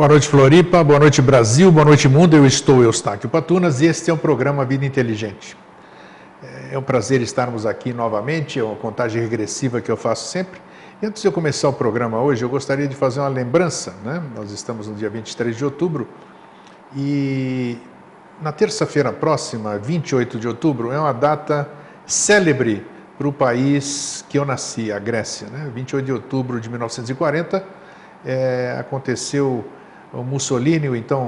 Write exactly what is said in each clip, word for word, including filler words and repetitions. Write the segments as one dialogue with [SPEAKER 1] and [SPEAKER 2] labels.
[SPEAKER 1] Boa noite, Floripa. Boa noite, Brasil. Boa noite, mundo. Eu estou Eustáquio Patunas e este é o programa Vida Inteligente. É um prazer estarmos aqui novamente, é uma contagem regressiva que eu faço sempre. E antes de eu começar o programa hoje, eu gostaria de fazer uma lembrança, né? Nós estamos no dia vinte e três de outubro e na terça-feira próxima, vinte e oito de outubro, é uma data célebre para o país que eu nasci, a Grécia, né? vinte e oito de outubro de mil novecentos e quarenta, é, aconteceu o Mussolini, o então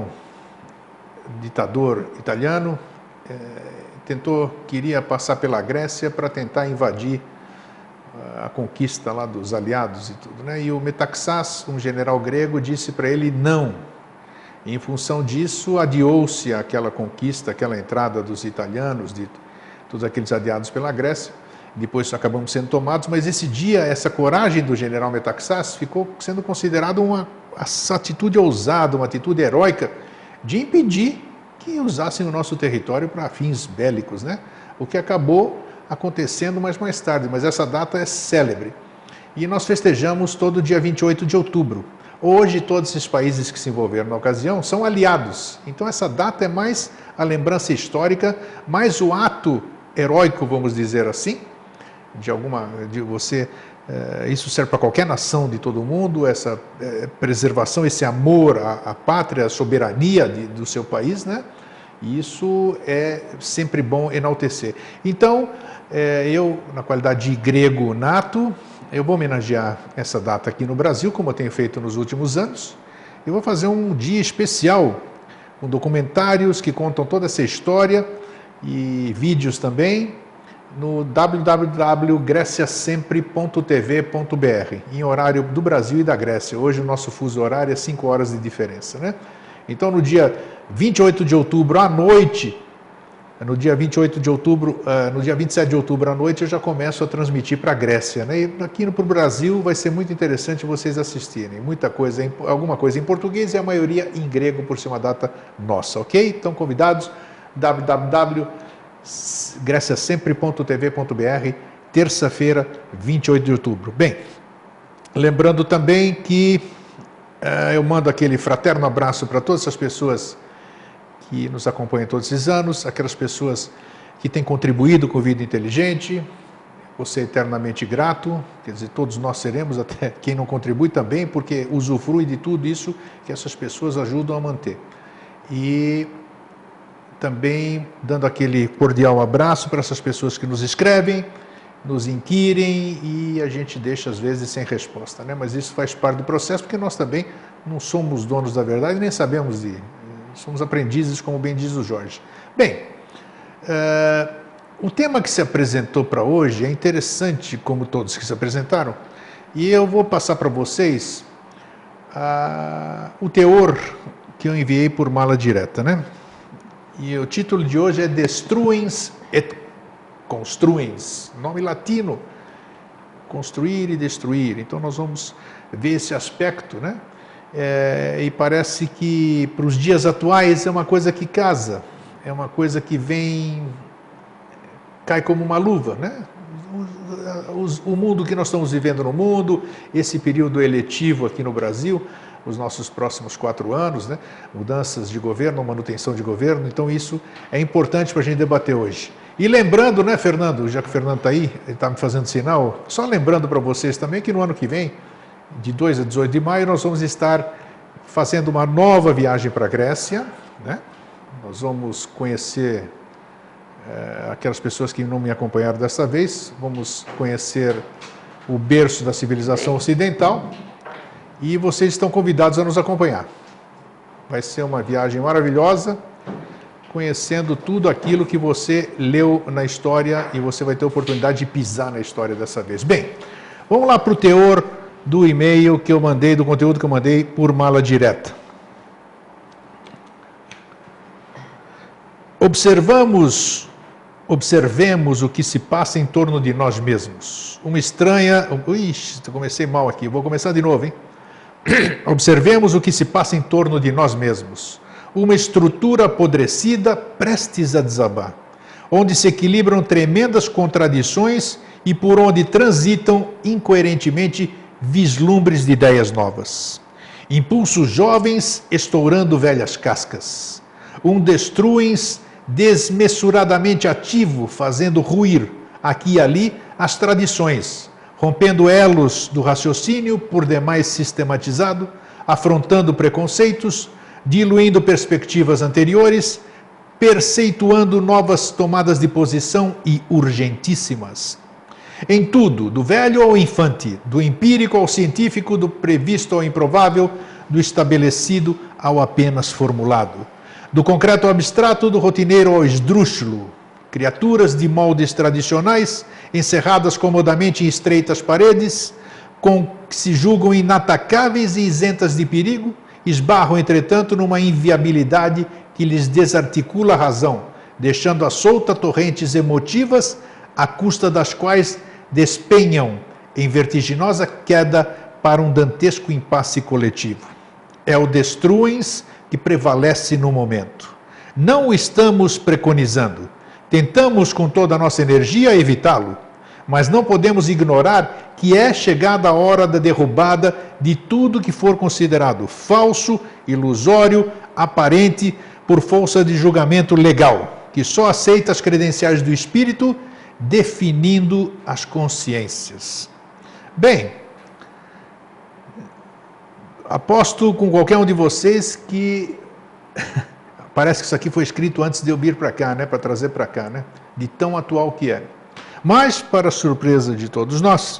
[SPEAKER 1] ditador italiano, é, tentou, queria passar pela Grécia para tentar invadir a conquista lá dos aliados e tudo, né? E o Metaxás, um general grego, disse para ele não. E, em função disso, adiou-se aquela conquista, aquela entrada dos italianos, de todos aqueles aliados pela Grécia. Depois acabamos sendo tomados, mas esse dia, essa coragem do general Metaxás ficou sendo considerado uma essa atitude ousada, uma atitude heróica de impedir que usassem o nosso território para fins bélicos, né? O que acabou acontecendo mais mais tarde, mas essa data é célebre. E nós festejamos todo dia vinte e oito de outubro. Hoje, todos esses países que se envolveram na ocasião são aliados. Então, essa data é mais a lembrança histórica, mais o ato heróico, vamos dizer assim, de alguma, de você, é, isso serve para qualquer nação de todo mundo, essa é, preservação, esse amor à, à pátria, à soberania de, do seu país, né? E isso é sempre bom enaltecer. Então, é, eu, na qualidade de grego nato, eu vou homenagear essa data aqui no Brasil, como eu tenho feito nos últimos anos. Eu vou fazer um dia especial, com documentários que contam toda essa história e vídeos também, no w w w ponto grecia sempre ponto t v ponto b r, em horário do Brasil e da Grécia. Hoje o nosso fuso horário é cinco horas de diferença, né? Então, no dia vinte e oito de outubro à noite, no dia vinte e oito de outubro, uh, no dia vinte e sete de outubro à noite, eu já começo a transmitir para a Grécia, né? E aqui para o Brasil vai ser muito interessante vocês assistirem. Muita coisa, em, alguma coisa em português e a maioria em grego, por ser uma data nossa, ok? Então, convidados, w w w ponto grecia sempre ponto t v ponto b r, terça-feira, vinte e oito de outubro. Bem, lembrando também que uh, eu mando aquele fraterno abraço para todas as pessoas que nos acompanham todos esses anos, aquelas pessoas que têm contribuído com Vida Inteligente, você é eternamente grato, quer dizer, todos nós seremos, até quem não contribui também, porque usufrui de tudo isso que essas pessoas ajudam a manter. E também dando aquele cordial abraço para essas pessoas que nos escrevem, nos inquirem e a gente deixa às vezes sem resposta, né? Mas isso faz parte do processo, porque nós também não somos donos da verdade, nem sabemos de... Somos aprendizes, como bem diz o Jorge. Bem, uh, o tema que se apresentou para hoje é interessante, como todos que se apresentaram, e eu vou passar para vocês uh, o teor que eu enviei por mala direta, né? E o título de hoje é Destruens et Construens, nome latino, construir e destruir. Então nós vamos ver esse aspecto, né? É, e parece que para os dias atuais é uma coisa que casa, é uma coisa que vem, cai como uma luva, né? O, o, o mundo que nós estamos vivendo no mundo, esse período eletivo aqui no Brasil, os nossos próximos quatro anos, né? Mudanças de governo, manutenção de governo, então isso é importante para a gente debater hoje. E lembrando, né, Fernando, já que o Fernando está aí, ele está me fazendo sinal, só lembrando para vocês também que no ano que vem, de dois a dezoito de maio, nós vamos estar fazendo uma nova viagem para a Grécia, né? Nós vamos conhecer é, aquelas pessoas que não me acompanharam dessa vez, vamos conhecer o berço da civilização ocidental e vocês estão convidados a nos acompanhar. Vai ser uma viagem maravilhosa, conhecendo tudo aquilo que você leu na história e você vai ter a oportunidade de pisar na história dessa vez. Bem, vamos lá para o teor do e-mail que eu mandei, do conteúdo que eu mandei por mala direta. Observamos, observemos o que se passa em torno de nós mesmos. Uma estranha... Ixi, comecei mal aqui, vou começar de novo, hein? Observemos o que se passa em torno de nós mesmos. Uma estrutura apodrecida prestes a desabar, onde se equilibram tremendas contradições e por onde transitam incoerentemente vislumbres de ideias novas. Impulsos jovens estourando velhas cascas. Um destruens desmesuradamente ativo, fazendo ruir aqui e ali as tradições, rompendo elos do raciocínio por demais sistematizado, afrontando preconceitos, diluindo perspectivas anteriores, perceituando novas tomadas de posição e urgentíssimas. Em tudo, do velho ao infante, do empírico ao científico, do previsto ao improvável, do estabelecido ao apenas formulado, do concreto ao abstrato, do rotineiro ao esdrúxulo, criaturas de moldes tradicionais, encerradas comodamente em estreitas paredes, com que se julgam inatacáveis e isentas de perigo, esbarram, entretanto, numa inviabilidade que lhes desarticula a razão, deixando à solta torrentes emotivas, à custa das quais despenham em vertiginosa queda para um dantesco impasse coletivo. É o destruens que prevalece no momento. Não o estamos preconizando. Tentamos com toda a nossa energia evitá-lo, mas não podemos ignorar que é chegada a hora da derrubada de tudo que for considerado falso, ilusório, aparente, por força de julgamento legal, que só aceita as credenciais do espírito, definindo as consciências. Bem, aposto com qualquer um de vocês que parece que isso aqui foi escrito antes de eu vir para cá, né, para trazer para cá, né, de tão atual que é. Mas, para surpresa de todos nós,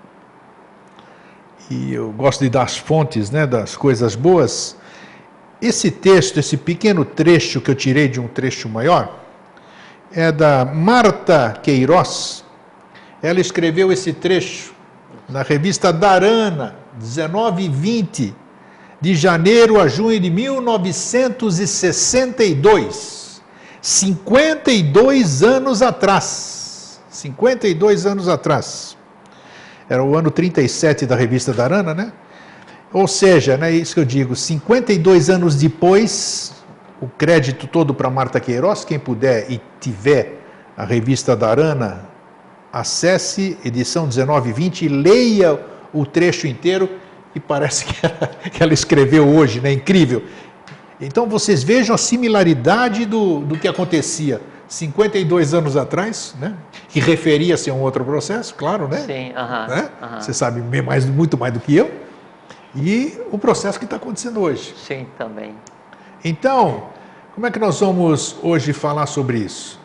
[SPEAKER 1] e eu gosto de dar as fontes, né, das coisas boas, esse texto, esse pequeno trecho que eu tirei de um trecho maior, é da Marta Queiroz. Ela escreveu esse trecho na revista Dharana, dezenove e vinte de janeiro a junho de mil novecentos e sessenta e dois. cinquenta e dois anos atrás. cinquenta e dois anos atrás. Era o ano trinta e sete da revista Dharana, né? Ou seja, né, isso que eu digo, cinquenta e dois anos depois, o crédito todo para Marta Queiroz. Quem puder e tiver a revista Dharana, acesse edição dezenove e vinte e leia o trecho inteiro, que parece que ela, que ela escreveu hoje, né? Incrível. Então vocês vejam a similaridade do, do que acontecia cinquenta e dois anos atrás, né? Que referia-se a um outro processo, claro, né?
[SPEAKER 2] Sim, aham.
[SPEAKER 1] Uh-huh, né?
[SPEAKER 2] Uh-huh.
[SPEAKER 1] Você sabe mais, muito mais do que eu. E o processo que está acontecendo hoje.
[SPEAKER 2] Sim, também.
[SPEAKER 1] Então, como é que nós vamos hoje falar sobre isso?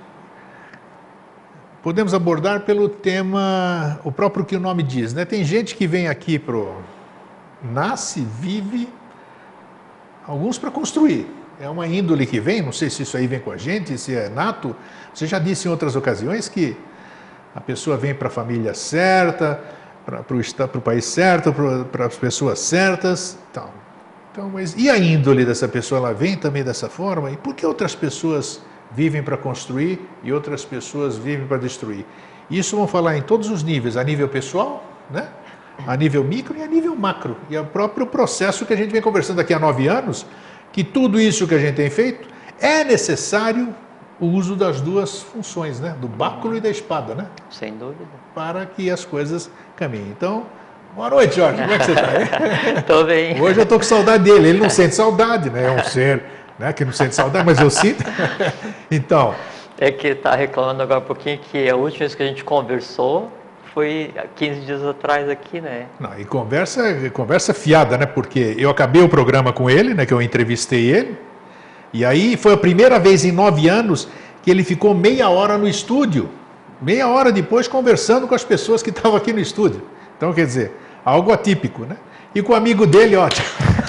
[SPEAKER 1] Podemos abordar pelo tema, o próprio que o nome diz, né? Tem gente que vem aqui para o... nasce, vive, alguns para construir. É uma índole que vem, não sei se isso aí vem com a gente, se é nato. Você já disse em outras ocasiões que a pessoa vem para a família certa, para o país certo, para as pessoas certas, tal. Então, mas e a índole dessa pessoa? Ela vem também dessa forma? E por que outras pessoas vivem para construir e outras pessoas vivem para destruir? Isso vamos falar em todos os níveis, a nível pessoal, né? A nível micro e a nível macro. E é o próprio processo que a gente vem conversando aqui há nove anos, que tudo isso que a gente tem feito é necessário o uso das duas funções, né? Do báculo e da espada, né?
[SPEAKER 2] Sem dúvida.
[SPEAKER 1] Para que as coisas caminhem. Então, boa noite, Jorge. Como é que você está?
[SPEAKER 2] Estou bem.
[SPEAKER 1] Hoje eu estou com saudade dele. Ele não sente saudade, né? É um ser, né, que não sente saudade, mas eu sinto. Então...
[SPEAKER 2] É que está reclamando agora um pouquinho que a última vez que a gente conversou foi quinze dias atrás aqui, né?
[SPEAKER 1] Não, e conversa, conversa fiada, né? Porque eu acabei o programa com ele, né? Que eu entrevistei ele. E aí foi a primeira vez em nove anos que ele ficou meia hora no estúdio. Meia hora depois conversando com as pessoas que estavam aqui no estúdio. Então, quer dizer, algo atípico, né? E com o amigo dele, ótimo.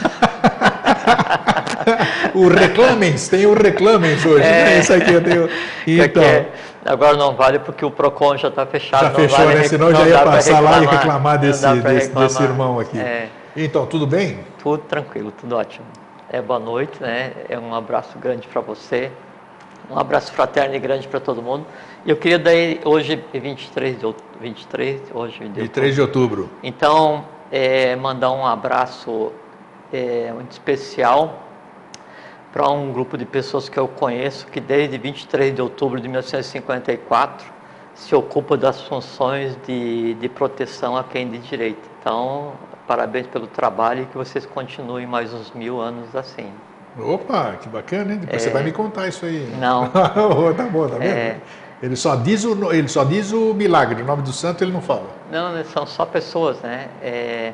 [SPEAKER 1] O Reclamens, tem o Reclamens hoje, é. Né? Isso aqui eu tenho. Então...
[SPEAKER 2] Agora não vale porque o Procon já está fechado.
[SPEAKER 1] Já
[SPEAKER 2] não
[SPEAKER 1] fechou,
[SPEAKER 2] vale
[SPEAKER 1] né?
[SPEAKER 2] Rec...
[SPEAKER 1] Senão eu já ia passar lá e reclamar desse, desse,
[SPEAKER 2] reclamar.
[SPEAKER 1] desse irmão aqui. É. Então, tudo bem?
[SPEAKER 2] Tudo tranquilo, tudo ótimo. É, boa noite, né? É um abraço grande para você. Um abraço fraterno e grande para todo mundo. E eu queria daí, hoje é vinte e três de outubro. vinte e três, hoje de
[SPEAKER 1] vinte e três de outubro.
[SPEAKER 2] Então, é, mandar um abraço é, muito especial para um grupo de pessoas que eu conheço, que desde vinte e três de outubro de mil novecentos e cinquenta e quatro se ocupa das funções de, de proteção a quem de direito. Então, parabéns pelo trabalho e que vocês continuem mais uns mil anos assim.
[SPEAKER 1] Opa, que bacana, hein? Depois é... você vai me contar isso aí.
[SPEAKER 2] Não.
[SPEAKER 1] Tá bom, tá vendo? É... Ele, só diz o, ele só diz o milagre, o nome do santo ele não fala.
[SPEAKER 2] Não, são só pessoas, né? É...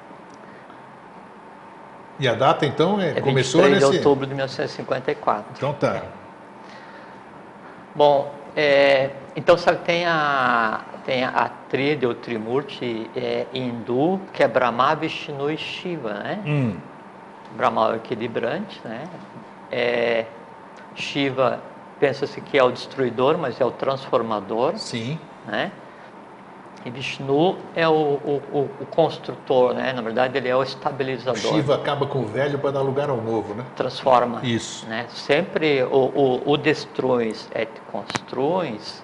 [SPEAKER 1] E a data, então, é,
[SPEAKER 2] é
[SPEAKER 1] começou
[SPEAKER 2] vinte e três
[SPEAKER 1] nesse...
[SPEAKER 2] de outubro de mil novecentos e cinquenta e quatro.
[SPEAKER 1] Então tá.
[SPEAKER 2] Bom, é, então sabe, tem a, tem a tríade, ou Trimurti é, hindu, que é Brahma, Vishnu e Shiva, né?
[SPEAKER 1] Hum.
[SPEAKER 2] Brahma é o equilibrante, né? É, Shiva, pensa-se que é o destruidor, mas é o transformador.
[SPEAKER 1] Sim.
[SPEAKER 2] Né? E Vishnu é o, o, o construtor, né? Na verdade, ele é o estabilizador.
[SPEAKER 1] Shiva acaba com o velho para dar lugar ao novo, né?
[SPEAKER 2] Transforma.
[SPEAKER 1] Isso.
[SPEAKER 2] Né? Sempre o, o, o destruis et construis,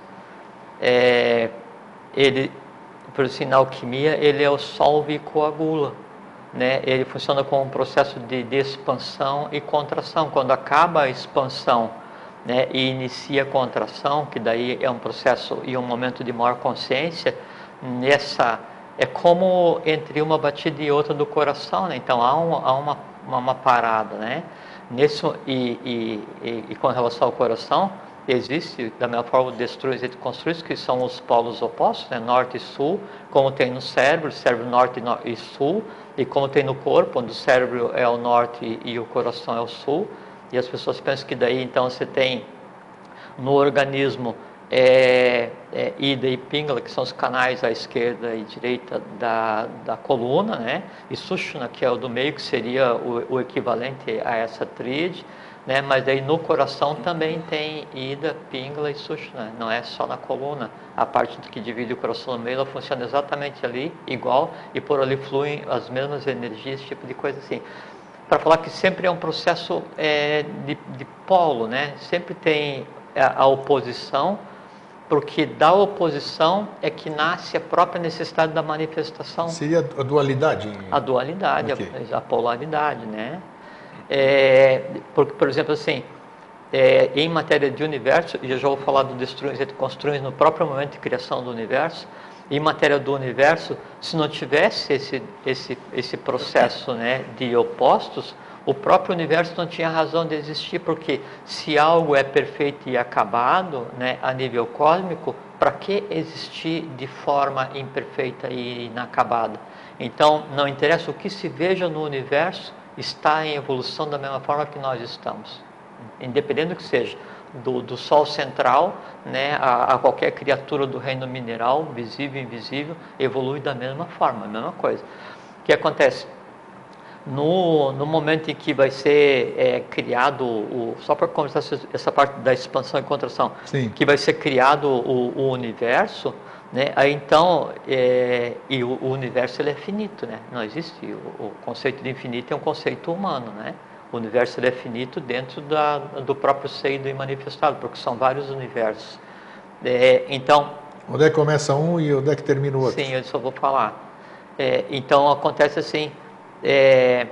[SPEAKER 2] é, ele, por isso, na alquimia, ele é o solve e coagula. Né? Ele funciona como um processo de, de expansão e contração. Quando acaba a expansão, né, e inicia a contração, que daí é um processo e um momento de maior consciência, nessa é como entre uma batida e outra do coração, né? Então há, um, há uma, uma, uma parada, né? Nesse, e, e, e, e com relação ao coração, existe da mesma forma destruir e construir, que são os polos opostos, né? Norte e sul, como tem no cérebro, cérebro norte e sul, e como tem no corpo, onde o cérebro é o norte e o coração é o sul. E as pessoas pensam que daí então você tem no organismo é, é, Ida e Pingala, que são os canais à esquerda e direita da, da coluna, né? E Sushumna, que é o do meio, que seria o, o equivalente a essa tríade, né? Mas daí no coração também tem Ida, Pingala e Sushumna, não é só na coluna. A parte que divide o coração no meio, ela funciona exatamente ali, igual, e por ali fluem as mesmas energias, esse tipo de coisa assim. Para falar que sempre é um processo é, de, de polo, né? Sempre tem a, a oposição, porque da oposição é que nasce a própria necessidade da manifestação.
[SPEAKER 1] Seria a dualidade?
[SPEAKER 2] A dualidade,
[SPEAKER 1] okay.
[SPEAKER 2] a, a polaridade, né? É, porque, por exemplo, assim, é, em matéria de universo, e eu já vou falar do destruir e construir no próprio momento de criação do universo, em matéria do universo, se não tivesse esse, esse, esse processo, né, de opostos, o próprio universo não tinha razão de existir, porque se algo é perfeito e acabado, né, a nível cósmico, para que existir de forma imperfeita e inacabada? Então, não interessa o que se veja no universo, está em evolução da mesma forma que nós estamos, independente do que seja. Do, do Sol central, né, a, a qualquer criatura do reino mineral, visível e invisível, evolui da mesma forma, a mesma coisa. O que acontece? No, no momento em que vai ser é, criado, o, só para conversar essa parte da expansão e contração,
[SPEAKER 1] Sim.
[SPEAKER 2] que vai ser criado o, o universo, né, aí então, é, e o, o universo ele é finito, né, não existe, o, o conceito de infinito é um conceito humano, né? O universo é finito dentro da, do próprio seio do manifestado, porque são vários universos. É, então,
[SPEAKER 1] onde é que começa um e onde é que termina o outro?
[SPEAKER 2] Sim, eu só vou falar. É, então, acontece assim, é,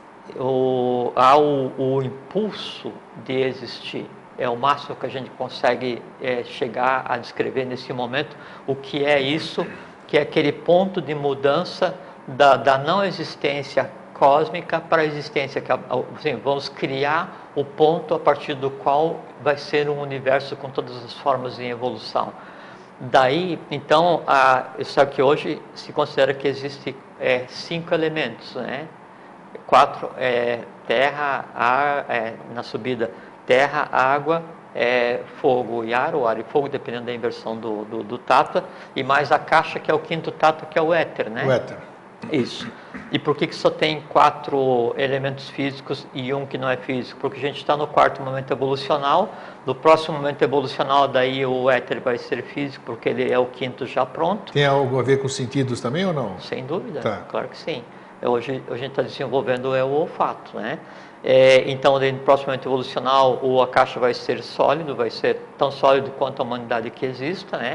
[SPEAKER 2] o, há o, o impulso de existir. É o máximo que a gente consegue é, chegar a descrever nesse momento o que é isso, que é aquele ponto de mudança da, da não existência cósmica para a existência, que assim, vamos criar o ponto a partir do qual vai ser um universo com todas as formas em evolução. Daí, então, a, só que hoje se considera que existe é, cinco elementos, né? Quatro, é, terra, ar, é, na subida, terra, água, é, fogo e ar, ou ar e fogo, dependendo da inversão do, do, do tattva, e mais a caixa, que é o quinto tattva, que é o éter, né?
[SPEAKER 1] O éter.
[SPEAKER 2] Isso. E por que que só tem quatro elementos físicos e um que não é físico? Porque a gente está no quarto momento evolucional. No próximo momento evolucional, daí o éter vai ser físico, porque ele é o quinto já pronto.
[SPEAKER 1] Tem algo a ver com sentidos também ou não?
[SPEAKER 2] Sem dúvida,
[SPEAKER 1] tá.
[SPEAKER 2] Claro que sim. Hoje a gente está desenvolvendo é o olfato, né? É, então, no próximo momento evolucional, o, a caixa vai ser sólido, vai ser tão sólido quanto a humanidade que exista, né?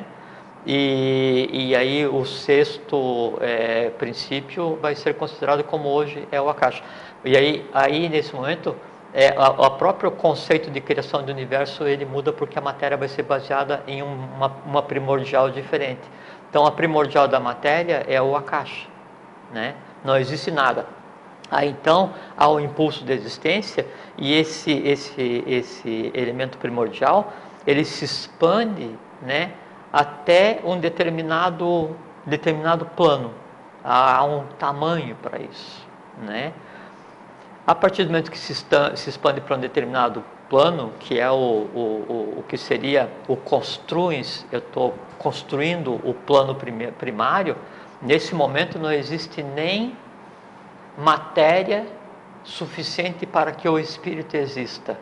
[SPEAKER 2] E, e aí o sexto é, princípio vai ser considerado como hoje é o Akasha. E aí, aí nesse momento, é, a, a próprio conceito de criação do universo, ele muda porque a matéria vai ser baseada em uma, uma primordial diferente. Então, a primordial da matéria é o Akasha, né? Não existe nada. Aí, então, há o impulso de existência e esse, esse, esse elemento primordial, ele se expande, né, até um determinado, determinado plano. Há um tamanho para isso, né? A partir do momento que se, está, se expande para um determinado plano, que é o, o, o, o que seria o construins, eu estou construindo o plano primário, nesse momento não existe nem matéria suficiente para que o espírito exista.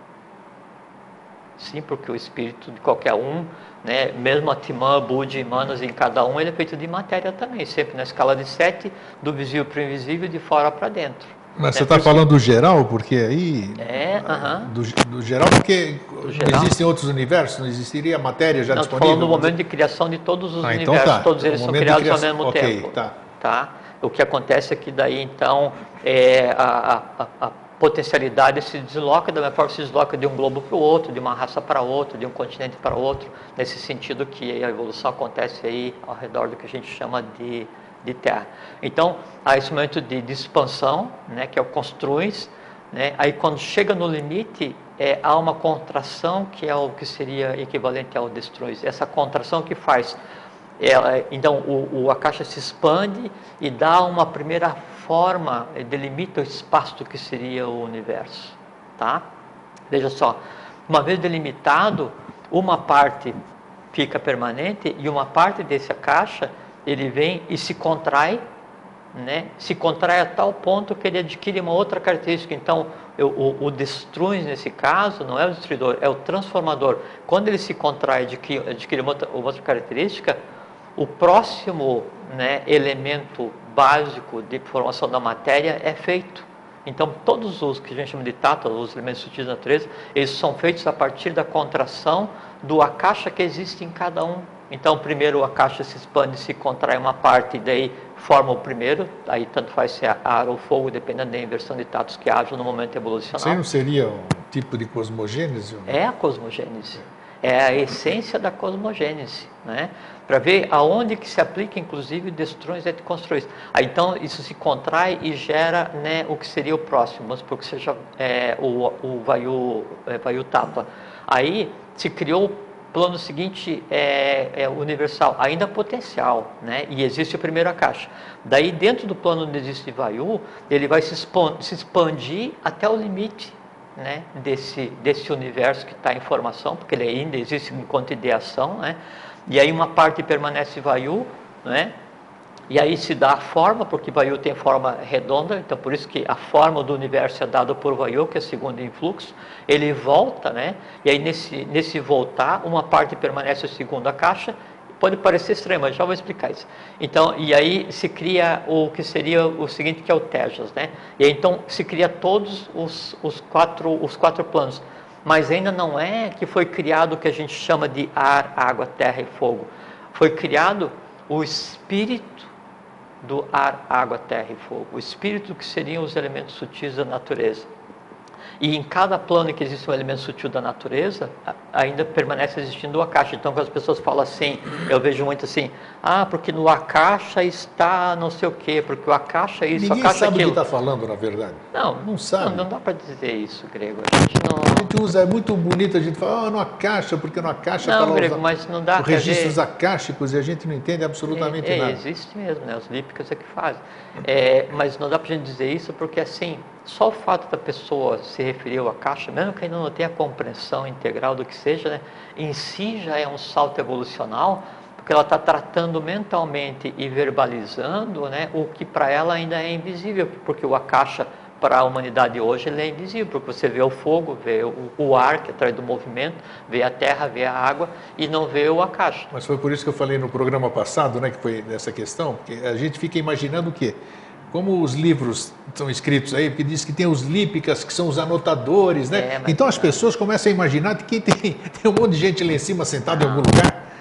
[SPEAKER 2] Sim, porque o espírito de qualquer um, né, mesmo Atman, Buddha e Manas, em cada um, ele é feito de matéria também, sempre na escala de sete, do visível para o invisível, de fora para dentro.
[SPEAKER 1] Mas você está é falando do geral, porque aí...
[SPEAKER 2] É, aham.
[SPEAKER 1] Uh-huh. do, do geral, porque do geral. Não existem outros universos, não existiria matéria já
[SPEAKER 2] não,
[SPEAKER 1] disponível?
[SPEAKER 2] Estou falando do momento de criação de todos os
[SPEAKER 1] ah,
[SPEAKER 2] universos,
[SPEAKER 1] então tá.
[SPEAKER 2] Todos eles são criados ao mesmo
[SPEAKER 1] okay,
[SPEAKER 2] tempo.
[SPEAKER 1] Tá.
[SPEAKER 2] Tá? O que acontece é que daí, então, é, a, a, a potencialidade se desloca, da mesma forma se desloca de um globo para o outro, de uma raça para outra, de um continente para outro, nesse sentido que a evolução acontece aí ao redor do que a gente chama de, de Terra. Então, há esse momento de, de expansão, né, que é o construins, né, aí quando chega no limite, é, há uma contração que é o que seria equivalente ao destruins. Essa contração que faz... Ela, então, o, o Akasha se expande e dá uma primeira forma, delimita o espaço do que seria o universo, tá? Veja só, uma vez delimitado, uma parte fica permanente e uma parte desse Akasha, ele vem e se contrai, né? Se contrai a tal ponto que ele adquire uma outra característica. Então, o, o, o destruins, nesse caso, não é o destruidor, é o transformador. Quando ele se contrai e adquire, adquire uma, outra, uma outra característica, o próximo, né, elemento básico de formação da matéria é feito. Então, todos os que a gente chama de tattva, os elementos sutis da natureza, eles são feitos a partir da contração do Akasha que existe em cada um. Então, primeiro o Akasha se expande, se contrai uma parte, e daí forma o primeiro, aí tanto faz se é ar ou fogo, dependendo da inversão de tatos que haja no momento evolucional.
[SPEAKER 1] Isso aí não seria um tipo de cosmogênese?
[SPEAKER 2] É a cosmogênese. É a essência da cosmogênese, né? Para ver aonde que se aplica, inclusive, destruins et construis. Aí, então, isso se contrai e gera, né, o que seria o próximo, vamos supor que seja é, o, o Vayu, é, Vayu Tapa. Aí, se criou o plano seguinte, é, é universal, ainda potencial, né? E existe o primeiro Akasha. Daí, dentro do plano onde existe Vayu, ele vai se, se expandir até o limite, né, desse, desse universo que está em formação, porque ele ainda existe enquanto ideação, né? E aí uma parte permanece Vayu, né? E aí se dá a forma, porque Vayu tem forma redonda, então por isso que a forma do universo é dada por Vayu, que é segundo influxo, ele volta, né? E aí nesse, nesse voltar, uma parte permanece o segundo Akasha. Pode parecer estranho, mas já vou explicar isso. Então, e aí se cria o que seria o seguinte, que é o Tejas, né? E aí, então se cria todos os, os, quatro, os quatro planos. Mas ainda não é que foi criado o que a gente chama de ar, água, terra e fogo. Foi criado o espírito do ar, água, terra e fogo. O espírito que seriam os elementos sutis da natureza. E em cada plano que existe um elemento sutil da natureza, ainda permanece existindo o Akasha. Então, quando as pessoas falam assim, eu vejo muito assim, ah, porque no Akasha está não sei o quê, porque o Akasha é isso,
[SPEAKER 1] Ninguém
[SPEAKER 2] Akasha
[SPEAKER 1] sabe
[SPEAKER 2] aquilo.
[SPEAKER 1] o que está falando, na verdade.
[SPEAKER 2] Não,
[SPEAKER 1] não sabe.
[SPEAKER 2] Não, não dá para dizer isso, Grego. A gente não...
[SPEAKER 1] A gente usa, é muito bonito a gente falar, ah, no Akasha, porque no Akasha
[SPEAKER 2] não,
[SPEAKER 1] está
[SPEAKER 2] Grego,
[SPEAKER 1] os,
[SPEAKER 2] mas não dá
[SPEAKER 1] os registros
[SPEAKER 2] ver...
[SPEAKER 1] akáshicos e a gente não entende absolutamente
[SPEAKER 2] é, é,
[SPEAKER 1] nada.
[SPEAKER 2] Existe mesmo, né? Os lípicas é que fazem. É, mas não dá para a gente dizer isso porque, assim, só o fato da pessoa se referir ao Akasha, mesmo que ainda não tenha a compreensão integral do que seja, né, em si já é um salto evolucional, porque ela está tratando mentalmente e verbalizando, né, o que para ela ainda é invisível, porque o Akasha para a humanidade hoje ele é invisível, porque você vê o fogo, vê o, o ar que atrai do movimento, vê a terra, vê a água e não vê o Akasha.
[SPEAKER 1] Mas foi por isso que eu falei no programa passado, né, que foi nessa questão, porque a gente fica imaginando o quê? Como os livros são escritos aí, porque diz que tem os lípicas, que são os anotadores, né?
[SPEAKER 2] É,
[SPEAKER 1] então as
[SPEAKER 2] não.
[SPEAKER 1] pessoas começam a imaginar que tem, tem um monte de gente lá em cima sentada em algum lugar.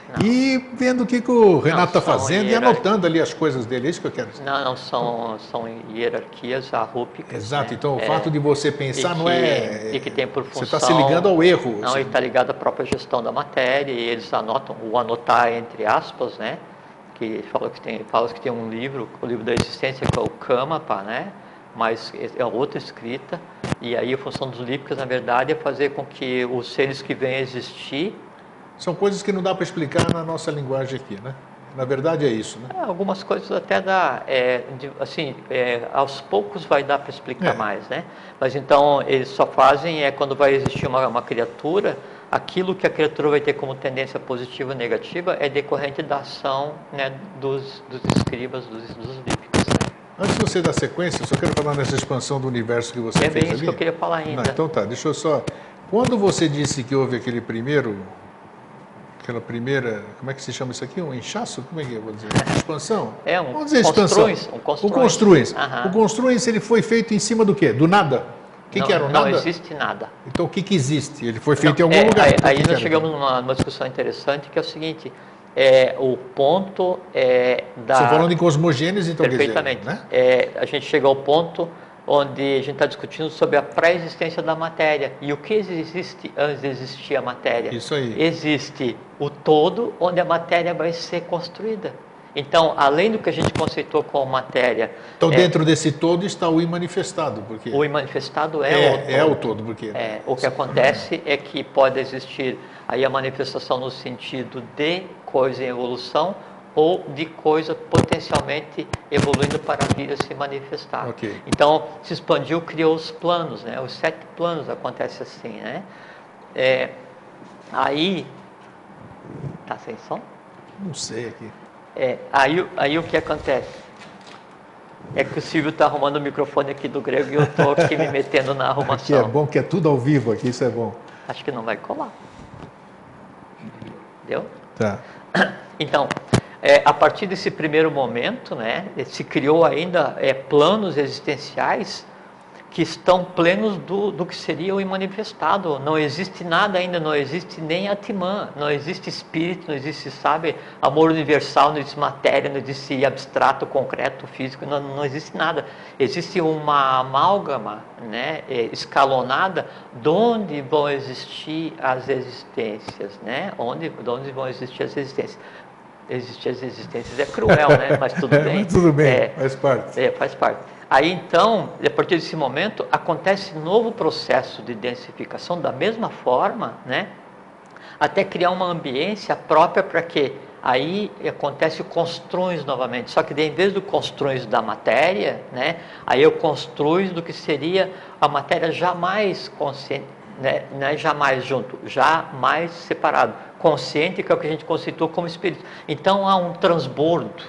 [SPEAKER 2] Não.
[SPEAKER 1] E vendo o que, que o Renato está fazendo e
[SPEAKER 2] hierar...
[SPEAKER 1] anotando ali as coisas dele, é isso que eu quero dizer.
[SPEAKER 2] Não, não, são, são hierarquias arrúpicas.
[SPEAKER 1] Exato,
[SPEAKER 2] né?
[SPEAKER 1] então o
[SPEAKER 2] é,
[SPEAKER 1] fato de você pensar
[SPEAKER 2] que,
[SPEAKER 1] não é...
[SPEAKER 2] E que tem por função...
[SPEAKER 1] Você está se ligando ao erro.
[SPEAKER 2] Não,
[SPEAKER 1] você...
[SPEAKER 2] ele está ligado à própria gestão da matéria, e eles anotam, o anotar entre aspas, né? Que fala que tem, fala que tem um livro, o livro da existência, que é o Kamapa, né? Mas é outra escrita, e aí a função dos lípicas, na verdade, é fazer com que os seres que vêm a existir...
[SPEAKER 1] São coisas que não dá para explicar na nossa linguagem aqui, né? Na verdade é isso, né?
[SPEAKER 2] É, algumas coisas até dá, é, de, assim, é, aos poucos vai dar para explicar é. mais, né? Mas então, eles só fazem, é quando vai existir uma, uma criatura, aquilo que a criatura vai ter como tendência positiva ou negativa é decorrente da ação, né, dos, dos escribas, dos, dos lípicos, né?
[SPEAKER 1] Antes de você dar sequência, eu só quero falar nessa expansão do universo que você
[SPEAKER 2] é
[SPEAKER 1] fez
[SPEAKER 2] bem isso
[SPEAKER 1] ali.
[SPEAKER 2] que eu queria falar ainda.
[SPEAKER 1] Não, então tá, deixa eu só... Quando você disse que houve aquele primeiro... Aquela primeira, como é que se chama isso aqui? Um inchaço? Como é que eu vou dizer? Expansão?
[SPEAKER 2] É, um
[SPEAKER 1] Vamos dizer expansão.
[SPEAKER 2] construins. Um construins.
[SPEAKER 1] O construins.
[SPEAKER 2] Uhum.
[SPEAKER 1] O construins, ele foi feito em cima do quê? Do nada? O que,
[SPEAKER 2] não,
[SPEAKER 1] que era o
[SPEAKER 2] não
[SPEAKER 1] nada?
[SPEAKER 2] Não existe nada.
[SPEAKER 1] Então o que, que existe? Ele foi feito
[SPEAKER 2] não,
[SPEAKER 1] em algum
[SPEAKER 2] é,
[SPEAKER 1] lugar.
[SPEAKER 2] Aí,
[SPEAKER 1] então,
[SPEAKER 2] aí
[SPEAKER 1] que
[SPEAKER 2] nós
[SPEAKER 1] que
[SPEAKER 2] chegamos numa, numa discussão interessante, que é o seguinte, é, o ponto é da...
[SPEAKER 1] Você falando em cosmogênese, então
[SPEAKER 2] Perfeitamente.
[SPEAKER 1] Quer dizer, né?
[SPEAKER 2] é, a gente chega ao ponto onde a gente está discutindo sobre a pré-existência da matéria. E o que existe antes de existir a matéria?
[SPEAKER 1] Isso aí.
[SPEAKER 2] Existe o todo, onde a matéria vai ser construída. Então, além do que a gente conceitou como matéria...
[SPEAKER 1] Então,
[SPEAKER 2] é,
[SPEAKER 1] dentro desse todo está o imanifestado. Porque
[SPEAKER 2] o imanifestado é,
[SPEAKER 1] é
[SPEAKER 2] o todo.
[SPEAKER 1] É o todo, porque...
[SPEAKER 2] É, o que acontece é que pode existir aí a manifestação no sentido de coisa em evolução, ou de coisa potencialmente evoluindo para vir a se manifestar.
[SPEAKER 1] Okay.
[SPEAKER 2] Então, se expandiu, criou os planos, né? Os sete planos acontece assim, né? É, aí, tá sem som?
[SPEAKER 1] Não sei aqui.
[SPEAKER 2] É, aí, aí o que acontece? É que o Silvio está arrumando o microfone aqui do grego e eu estou aqui me metendo na arrumação.
[SPEAKER 1] Aqui é bom que é tudo ao vivo aqui, isso é bom.
[SPEAKER 2] Acho que não vai colar. Deu?
[SPEAKER 1] Tá.
[SPEAKER 2] Então, É, a partir desse primeiro momento, né, se criou ainda é, planos existenciais que estão plenos do, do que seria o imanifestado. Não existe nada ainda, não existe nem Atman, não existe espírito, não existe, sabe, amor universal, não existe matéria, não existe abstrato, concreto, físico, não, não existe nada. Existe uma amálgama, né, escalonada, de onde vão existir as existências, né, onde, de onde vão existir as existências. Existir as existências é cruel, né? Mas tudo bem.
[SPEAKER 1] Mas tudo bem,
[SPEAKER 2] é,
[SPEAKER 1] faz parte.
[SPEAKER 2] É, faz parte. Aí então, a partir desse momento, acontece novo processo de densificação da mesma forma, né? Até criar uma ambiência própria para quê? Aí acontece o construins novamente, só que daí, em vez do construins da matéria, né? Aí eu construis do que seria a matéria jamais consciente, né? Não é jamais junto, jamais separado. Consciente, que é o que a gente conceitou como espírito. Então há um transbordo,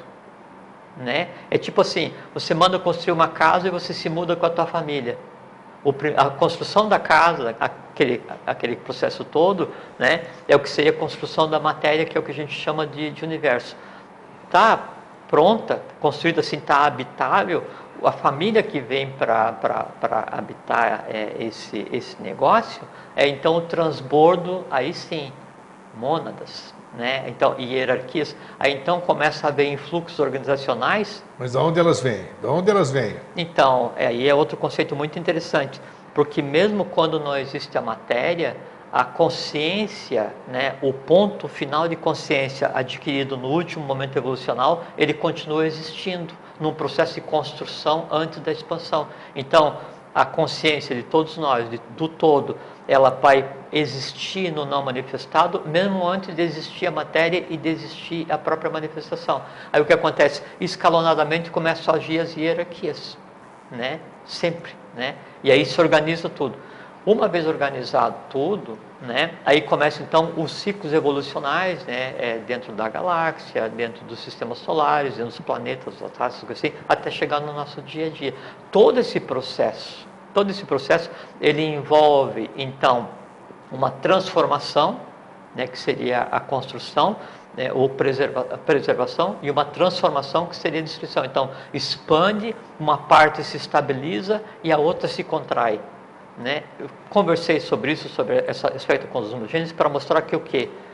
[SPEAKER 2] né? É tipo assim, você manda construir uma casa e você se muda com a tua família. O, a construção da casa, aquele, aquele processo todo, né, é o que seria a construção da matéria, que é o que a gente chama de, de universo. Está pronta, construída assim, está habitável, a família que vem para habitar é, esse, esse negócio, é então o transbordo, aí sim, mônadas, né? Então, e hierarquias, aí então começa a haver influxos organizacionais.
[SPEAKER 1] Mas de onde elas vêm? De onde elas vêm?
[SPEAKER 2] Então, aí é outro conceito muito interessante, porque mesmo quando não existe a matéria, a consciência, né, o ponto final de consciência adquirido no último momento evolucional, ele continua existindo num processo de construção antes da expansão. Então, a consciência de todos nós, de, do todo, ela vai existir no não manifestado, mesmo antes de existir a matéria e de existir a própria manifestação. Aí o que acontece? Escalonadamente começam a agir as hierarquias, né? Sempre, né? E aí se organiza tudo. Uma vez organizado tudo, né? Aí começam então os ciclos evolucionais, né? É, dentro da galáxia, dentro dos sistemas solares, dentro dos planetas, das astros, assim, até chegar no nosso dia a dia. Todo esse processo, todo esse processo, ele envolve então uma transformação, né, que seria a construção, né, ou preserva, a preservação, e uma transformação que seria a destruição. Então, expande, uma parte se estabiliza e a outra se contrai, né? Eu conversei sobre isso, sobre esse aspecto cosmogênese, para mostrar que o quê?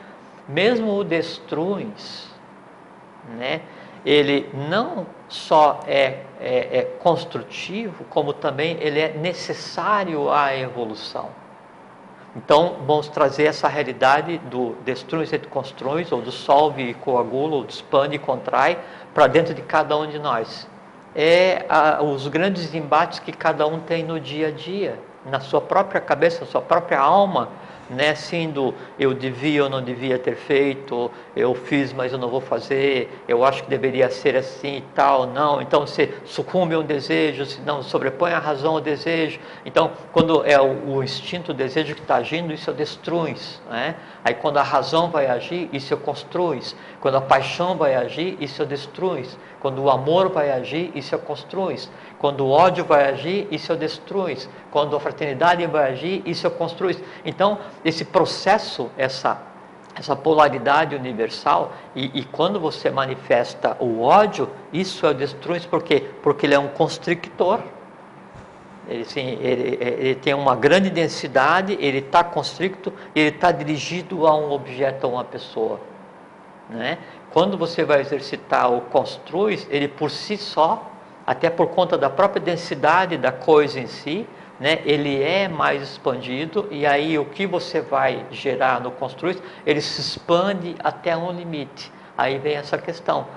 [SPEAKER 2] mesmo o destruins, né, ele não só é, é, é construtivo, como também ele é necessário à evolução. Então, vamos trazer essa realidade do destruins e construins, ou do solve e coagula, ou do expande e contrai, para dentro de cada um de nós. É a, os grandes embates que cada um tem no dia a dia, na sua própria cabeça, na sua própria alma, né, assim, do eu devia ou não devia ter feito, eu fiz, mas eu não vou fazer, eu acho que deveria ser assim e tal, não, então você sucumbe a um desejo, se não sobrepõe a razão ao desejo. Então, quando é o, o instinto, o desejo que está agindo, isso eu destruis, né? Aí quando a razão vai agir, isso eu construis. Quando a paixão vai agir, isso eu destruis. Quando o amor vai agir, isso eu construis. Quando o ódio vai agir, isso eu destruis. Quando a fraternidade vai agir, isso eu construis. Então, esse processo, essa, essa polaridade universal, e, e quando você manifesta o ódio, isso eu destruis, por quê? Porque ele é um constrictor. Ele, sim, ele, ele tem uma grande densidade, ele está constricto, ele está dirigido a um objeto, a uma pessoa, né? Quando você vai exercitar o construis, ele por si só, até por conta da própria densidade da coisa em si, né, ele é mais expandido, e aí o que você vai gerar no construis, ele se expande até um limite. Aí vem essa questão: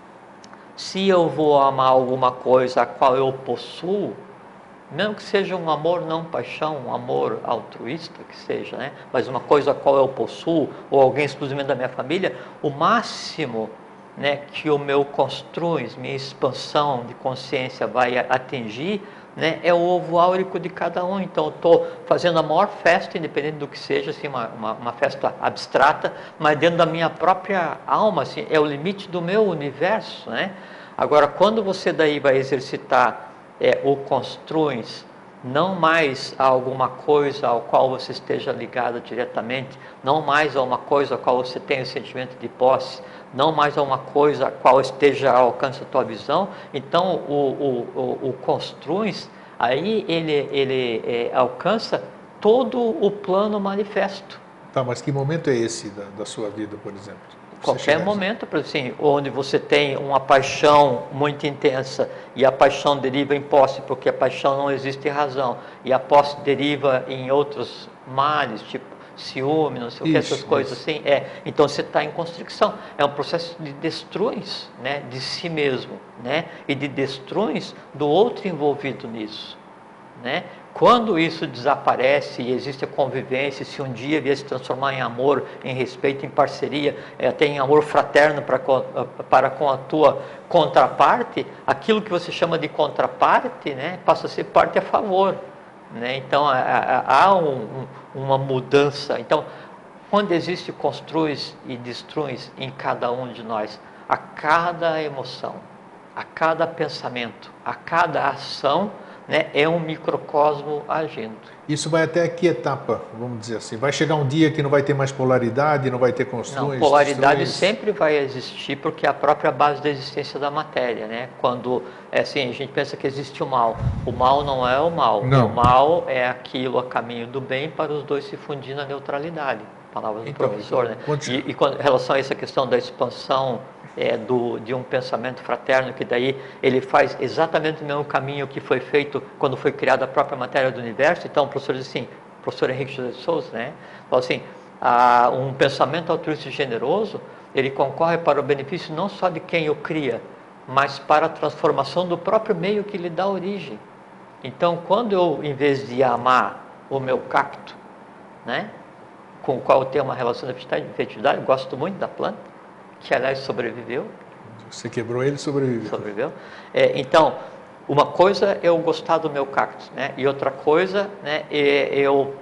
[SPEAKER 2] se eu vou amar alguma coisa a qual eu possuo, mesmo que seja um amor não paixão, um amor altruísta que seja, né? Mas uma coisa a qual eu possuo, ou alguém exclusivamente da minha família, o máximo, né, que o meu construis, minha expansão de consciência vai atingir, né, é o ovo áurico de cada um. Então eu estou fazendo a maior festa, independente do que seja, assim, uma, uma, uma festa abstrata, mas dentro da minha própria alma, assim, é o limite do meu universo, né? Agora, quando você daí vai exercitar É, o construis, não mais a alguma coisa ao qual você esteja ligado diretamente, não mais a uma coisa ao qual você tenha o sentimento de posse, não mais a uma coisa a qual esteja ao alcance da tua visão. Então o, o, o, o construis, aí ele, ele é, alcança todo o plano manifesto.
[SPEAKER 1] Tá, mas que momento é esse da, da sua vida, por exemplo?
[SPEAKER 2] Qualquer momento, assim, onde você tem uma paixão muito intensa, e a paixão deriva em posse, porque a paixão não existe em razão, e a posse deriva em outros males, tipo ciúme, não sei o que, essas coisas assim. É, então você está em constricção. É um processo de destruins, né, de si mesmo, né, e de destruins do outro envolvido nisso, né? Quando isso desaparece e existe a convivência, se um dia vier se transformar em amor, em respeito, em parceria, até em amor fraterno para, para com a tua contraparte, aquilo que você chama de contraparte, né, passa a ser parte a favor, né? Então há um, uma mudança. Então, quando existe construis e destruis em cada um de nós, a cada emoção, a cada pensamento, a cada ação, né, é um microcosmo agindo.
[SPEAKER 1] Isso vai até que etapa, vamos dizer assim? Vai chegar um dia que não vai ter mais polaridade, não vai ter construções?
[SPEAKER 2] Não, polaridade sempre vai existir, porque é a própria base da existência da matéria, né? Quando, é assim, a gente pensa que existe o mal. O mal não é o mal.
[SPEAKER 1] Não.
[SPEAKER 2] O mal é aquilo a caminho do bem para os dois se fundir na neutralidade. Palavras do
[SPEAKER 1] então,
[SPEAKER 2] professor,
[SPEAKER 1] então,
[SPEAKER 2] né?
[SPEAKER 1] Continua.
[SPEAKER 2] E, e com relação a essa questão da expansão, É, do, de um pensamento fraterno, que daí ele faz exatamente o mesmo caminho que foi feito quando foi criada a própria matéria do universo. Então o professor diz assim, o professor Henrique José de Souza, né, fala assim, a, um pensamento altruísta e generoso, ele concorre para o benefício não só de quem o cria, mas para a transformação do próprio meio que lhe dá origem. Então, quando eu, em vez de amar o meu cacto, né, com o qual eu tenho uma relação de afetividade, gosto muito da planta, que aliás sobreviveu.
[SPEAKER 1] Você quebrou ele, sobreviveu.
[SPEAKER 2] Sobreviveu. É, então, uma coisa é eu gostar do meu cactus, né? E outra coisa, né, é eu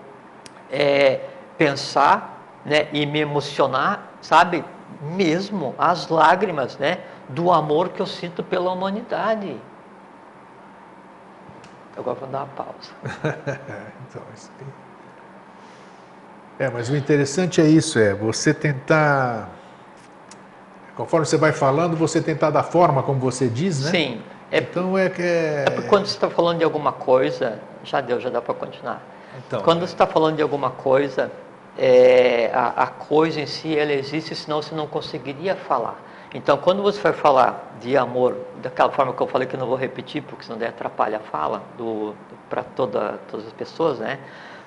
[SPEAKER 2] é, pensar, né, e me emocionar, sabe, mesmo as lágrimas, né, do amor que eu sinto pela humanidade. Agora vou dar uma pausa.
[SPEAKER 1] Então, isso aí. É, mas o interessante é isso, é você tentar... Conforme você vai falando, você tentar da forma como você diz, né?
[SPEAKER 2] Sim. É,
[SPEAKER 1] então é que é...
[SPEAKER 2] é porque quando você está falando de alguma coisa, já deu, já dá para continuar.
[SPEAKER 1] Então,
[SPEAKER 2] quando
[SPEAKER 1] é...
[SPEAKER 2] você está falando de alguma coisa, é, a, a coisa em si, ela existe, senão você não conseguiria falar. Então, quando você vai falar de amor, daquela forma que eu falei, que eu não vou repetir, porque senão daí atrapalha a fala para toda, todas as pessoas, né?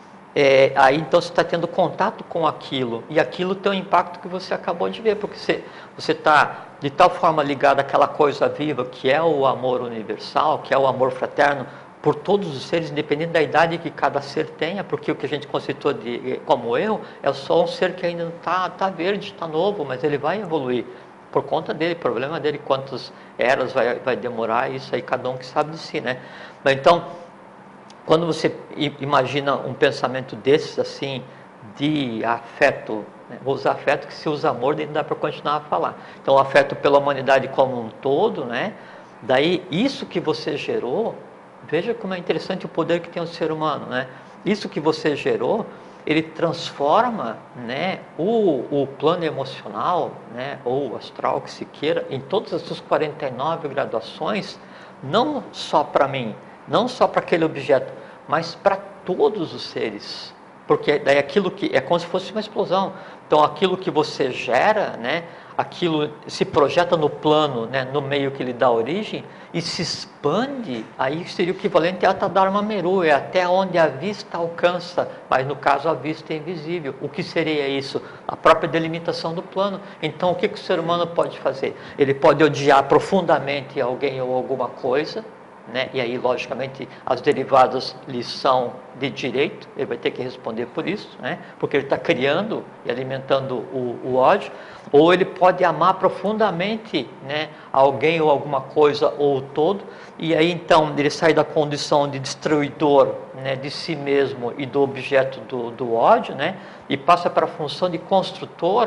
[SPEAKER 2] É, aí então você está tendo contato com aquilo, e aquilo tem um impacto que você acabou de ver, porque você está de tal forma ligado àquela coisa viva que é o amor universal, que é o amor fraterno por todos os seres, independente da idade que cada ser tenha, porque o que a gente conceitou de, como eu, é só um ser que ainda não está tá verde, está novo, mas ele vai evoluir por conta dele, problema dele, quantas eras vai, vai demorar, isso aí cada um que sabe de si, né? Mas então, quando você imagina um pensamento desses assim, de afeto, né? Vou usar afeto, que se usa amor, daí não dá para continuar a falar. Então, o afeto pela humanidade como um todo, né? Daí, isso que você gerou, veja como é interessante o poder que tem o ser humano, né? Isso que você gerou, ele transforma, né, o, o plano emocional, né, ou astral, que se queira, em todas as suas quarenta e nove graduações, não só para mim, não só para aquele objeto, mas para todos os seres. Porque daí aquilo que é como se fosse uma explosão. Então aquilo que você gera, né, aquilo se projeta no plano, né, no meio que lhe dá origem e se expande, aí seria o equivalente a Dharma Meru, é até onde a vista alcança, mas no caso a vista é invisível. O que seria isso? A própria delimitação do plano. Então o que, que o ser humano pode fazer? Ele pode odiar profundamente alguém ou alguma coisa, né? E aí, logicamente, as derivadas lhe são de direito, ele vai ter que responder por isso, né? Porque ele está criando e alimentando o, o ódio. Ou ele pode amar profundamente, né, alguém ou alguma coisa ou o todo, e aí então ele sai da condição de destruidor, né, de si mesmo e do objeto do, do ódio, né, e passa para a função de construtor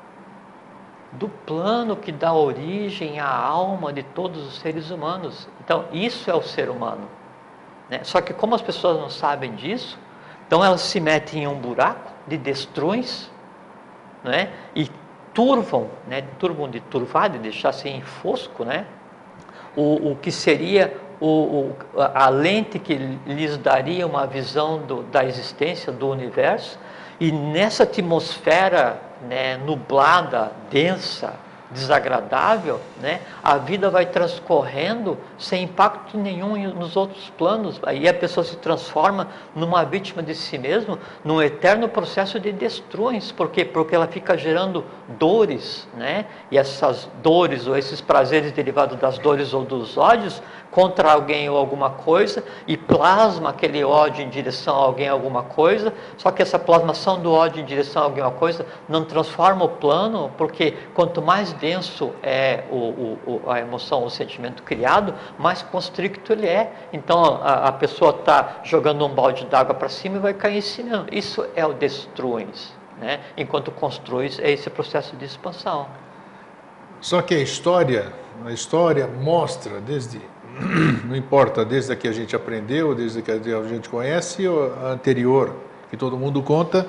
[SPEAKER 2] do plano que dá origem à alma de todos os seres humanos. Então, isso é o ser humano, né? Só que como as pessoas não sabem disso, então elas se metem em um buraco de destruições, né? E turvam, né? Turvam de turvar, de deixar assim fosco, né? O, o que seria o, o, a lente que lhes daria uma visão do, da existência do universo. E nessa atmosfera, né, nublada, densa, desagradável, né, a vida vai transcorrendo sem impacto nenhum nos outros planos. Aí a pessoa se transforma numa vítima de si mesma, num eterno processo de destruições. Por quê? Porque ela fica gerando dores, né, e essas dores ou esses prazeres derivados das dores ou dos ódios contra alguém ou alguma coisa, e plasma aquele ódio em direção a alguém ou alguma coisa. Só que essa plasmação do ódio em direção a alguém ou alguma coisa não transforma o plano, porque quanto mais denso é o, o, a emoção, o sentimento criado, mais constricto ele é. Então a, a pessoa está jogando um balde d'água para cima e vai cair em cima. Isso é o destruins, né? Enquanto construis é esse processo de expansão.
[SPEAKER 1] Só que a história, a história mostra desde não importa, desde a que a gente aprendeu, desde a que a gente conhece, ou a anterior, que todo mundo conta,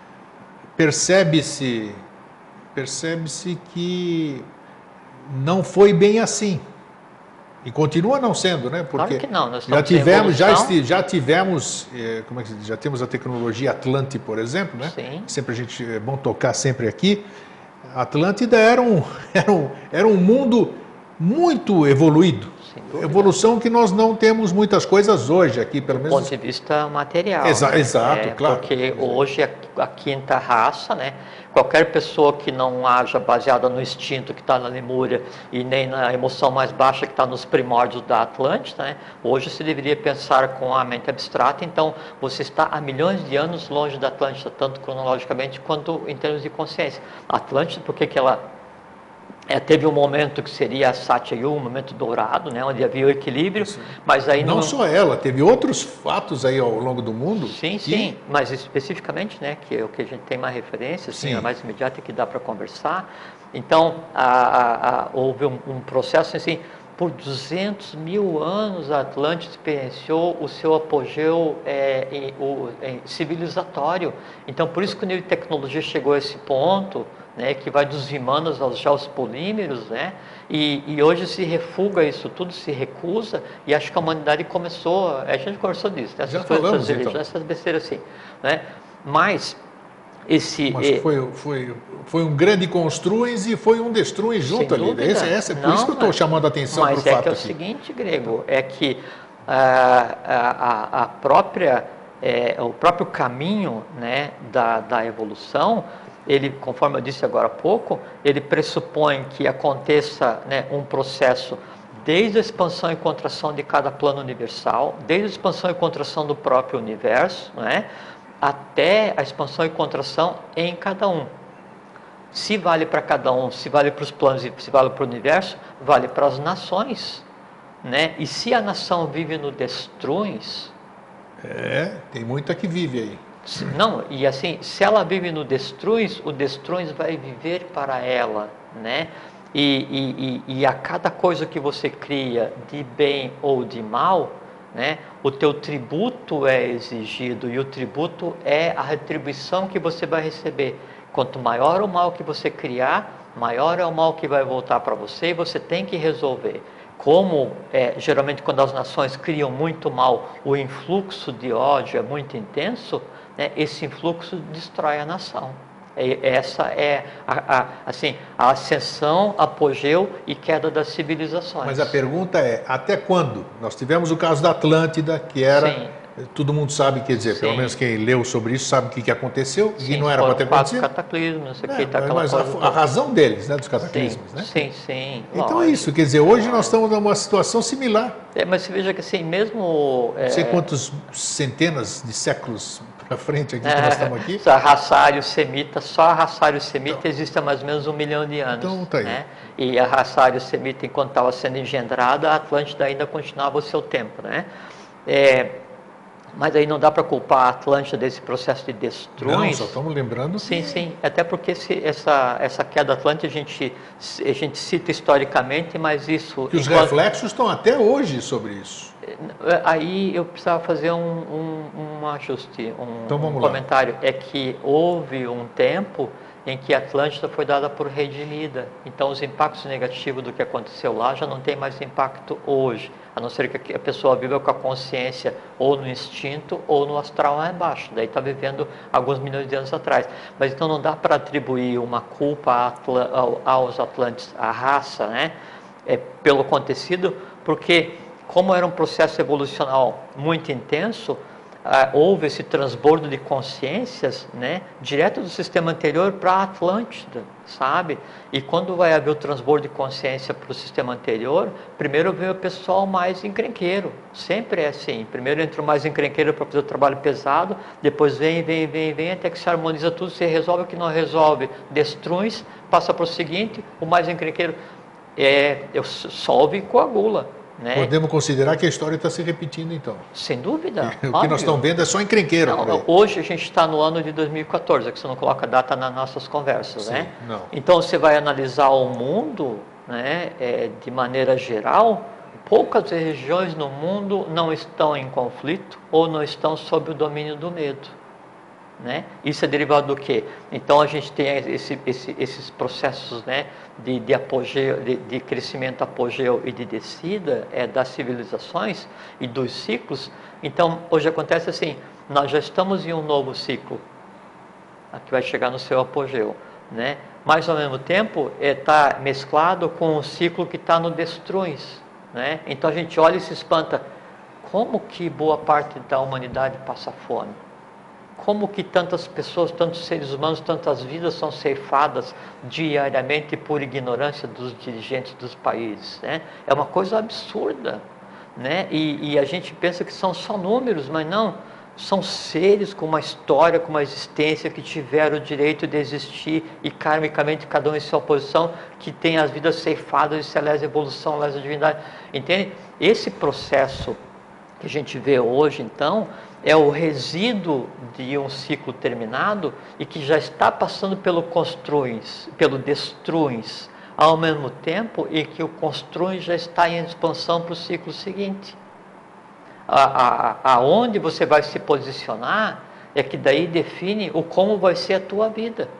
[SPEAKER 1] percebe-se percebe-se que não foi bem assim. E continua não sendo, né? Porque
[SPEAKER 2] claro que não, nós
[SPEAKER 1] já tivemos, já, já tivemos, é, como é que já temos a tecnologia Atlante, por exemplo, né?
[SPEAKER 2] Sim.
[SPEAKER 1] Sempre a gente é bom tocar sempre aqui. A Atlântida era um, era um, era um mundo muito evoluído. Evolução que nós não temos muitas coisas hoje aqui, pelo menos.
[SPEAKER 2] Do ponto de vista material.
[SPEAKER 1] Exa
[SPEAKER 2] né?
[SPEAKER 1] Exato,
[SPEAKER 2] é,
[SPEAKER 1] claro.
[SPEAKER 2] Porque hoje a, a quinta raça, né? Qualquer pessoa que não haja baseada no instinto que está na Lemúria e nem na emoção mais baixa que está nos primórdios da Atlântida, né? Hoje se deveria pensar com a mente abstrata. Então você está há milhões de anos longe da Atlântida, tanto cronologicamente quanto em termos de consciência. A Atlântida, por que que ela É, teve um momento que seria a Satya Yuga, um momento dourado, né, onde havia o equilíbrio, sim. Mas aí
[SPEAKER 1] não... Não só ela, teve outros fatos aí ao longo do mundo.
[SPEAKER 2] Sim, que... sim, mas especificamente, né, que é o que a gente tem mais referência, assim, a mais imediata que dá para conversar. Então, a, a, a, houve um, um processo assim, por duzentos mil anos a Atlântida experienciou o seu apogeu é, em, o, em civilizatório. Então, por isso que o nível de tecnologia chegou a esse ponto, né, que vai dos Vimanas aos geopolímeros, né, e, e hoje se refuga isso tudo, se recusa, e acho que a humanidade começou, a gente conversou disso, né, essas
[SPEAKER 1] Já
[SPEAKER 2] coisas,
[SPEAKER 1] falamos,
[SPEAKER 2] essas,
[SPEAKER 1] então.
[SPEAKER 2] essas besteiras assim, né, mas esse...
[SPEAKER 1] Mas foi, foi, foi um grande construins e foi um destruins junto ali. Esse, esse, é por
[SPEAKER 2] não,
[SPEAKER 1] isso que eu estou chamando a atenção para o
[SPEAKER 2] fato Mas é que é o
[SPEAKER 1] aqui.
[SPEAKER 2] seguinte, Grego, é que a, a, a própria, é, o próprio caminho, né, da, da evolução, ele, conforme eu disse agora há pouco, ele pressupõe que aconteça, né, um processo desde a expansão e contração de cada plano universal, desde a expansão e contração do próprio universo, né, até a expansão e contração em cada um. Se vale para cada um, se vale para os planos e se vale para o universo, vale para as nações, né? E se a nação vive no destruins...
[SPEAKER 1] É, tem muita que vive aí.
[SPEAKER 2] Se, não, e assim, se ela vive no destruins, o destruins vai viver para ela, né? E, e, e, e a cada coisa que você cria, de bem ou de mal, né, o teu tributo é exigido, e o tributo é a retribuição que você vai receber. Quanto maior o mal que você criar, maior é o mal que vai voltar para você, e você tem que resolver. Como é, geralmente quando as nações criam muito mal, o influxo de ódio é muito intenso, né, esse influxo destrói a nação. Essa é a, a, assim, a ascensão, apogeu e queda das civilizações.
[SPEAKER 1] Mas a pergunta é, até quando? Nós tivemos o caso da Atlântida, que era... Sim. Todo mundo sabe, quer dizer, Sim. pelo menos quem leu sobre isso sabe o que, que aconteceu,
[SPEAKER 2] Sim,
[SPEAKER 1] e não era para ter acontecido.
[SPEAKER 2] cataclismos, não sei o
[SPEAKER 1] é,
[SPEAKER 2] que, tá
[SPEAKER 1] mas a, a razão deles, né, dos cataclismos,
[SPEAKER 2] sim,
[SPEAKER 1] né?
[SPEAKER 2] Sim, sim.
[SPEAKER 1] Então
[SPEAKER 2] lógico,
[SPEAKER 1] é isso, quer dizer, hoje
[SPEAKER 2] lógico.
[SPEAKER 1] nós estamos numa situação similar.
[SPEAKER 2] É, mas você veja que assim, mesmo...
[SPEAKER 1] Não sei
[SPEAKER 2] é...
[SPEAKER 1] quantos centenas de séculos para frente aqui é, que nós estamos aqui.
[SPEAKER 2] Só raçário semita, só a raçário semita então, existe há mais ou menos um milhão de anos.
[SPEAKER 1] Então tá aí.
[SPEAKER 2] Né? E a raçário semita, enquanto estava sendo engendrada, a Atlântida ainda continuava o seu tempo, né? É... Mas aí não dá para culpar a Atlântida desse processo de destruição.
[SPEAKER 1] Não, só estamos lembrando.
[SPEAKER 2] Sim,
[SPEAKER 1] que...
[SPEAKER 2] sim. Até porque esse, essa, essa queda Atlântida a gente, a gente cita historicamente, mas isso...
[SPEAKER 1] Que os
[SPEAKER 2] enquanto...
[SPEAKER 1] reflexos estão até hoje sobre isso.
[SPEAKER 2] Aí eu precisava fazer um, um, um ajuste, um,
[SPEAKER 1] então, vamos
[SPEAKER 2] um
[SPEAKER 1] lá.
[SPEAKER 2] comentário. É que houve um tempo em que a Atlântida foi dada por redimida. Então, os impactos negativos do que aconteceu lá já não tem mais impacto hoje, a não ser que a pessoa viva com a consciência ou no instinto ou no astral lá embaixo. Daí está vivendo alguns milhões de anos atrás. Mas então não dá para atribuir uma culpa aos Atlantes, à raça, né? É, pelo acontecido, porque como era um processo evolucional muito intenso, ah, houve esse transbordo de consciências, né, direto do sistema anterior para a Atlântida, sabe? E quando vai haver o transbordo de consciência para o sistema anterior, primeiro vem o pessoal mais encrenqueiro, sempre é assim, primeiro entra o mais encrenqueiro para fazer o trabalho pesado, depois vem, vem, vem, vem, até que se harmoniza tudo, se resolve o que não resolve, destrui, passa para o seguinte, o mais encrenqueiro é, solve e coagula. Né?
[SPEAKER 1] Podemos considerar que a história está se repetindo, então.
[SPEAKER 2] Sem dúvida.
[SPEAKER 1] O óbvio. Que nós estamos vendo é só encrenqueiro.
[SPEAKER 2] Não, não, hoje a gente está no ano de dois mil e quatorze, que você não coloca data nas nossas conversas,
[SPEAKER 1] Sim,
[SPEAKER 2] né?
[SPEAKER 1] Não.
[SPEAKER 2] Então você vai analisar o mundo, né, é, de maneira geral, poucas regiões no mundo não estão em conflito ou não estão sob o domínio do medo. Né? Isso é derivado do quê? Então a gente tem esse, esse, esses processos, né, de, de, apogeu, de, de crescimento, apogeu e de descida é, das civilizações e dos ciclos. Então hoje acontece assim, nós já estamos em um novo ciclo que vai chegar no seu apogeu, né? Mas ao mesmo tempo está é, mesclado com um ciclo que está no destruins, né? Então a gente olha e se espanta, como que boa parte da humanidade passa fome? Como que tantas pessoas, tantos seres humanos, tantas vidas são ceifadas diariamente por ignorância dos dirigentes dos países, né? É uma coisa absurda, né? E, e a gente pensa que são só números, mas não, são seres com uma história, com uma existência, que tiveram o direito de existir e karmicamente cada um em sua posição, que tem as vidas ceifadas, e se lesa a evolução, lesa a divindade, entende? Esse processo que a gente vê hoje, então, é o resíduo de um ciclo terminado e que já está passando pelo construins, pelo destruins, ao mesmo tempo em que o construins já está em expansão para o ciclo seguinte. A, a, aonde você vai se posicionar é que daí define o como vai ser a tua vida.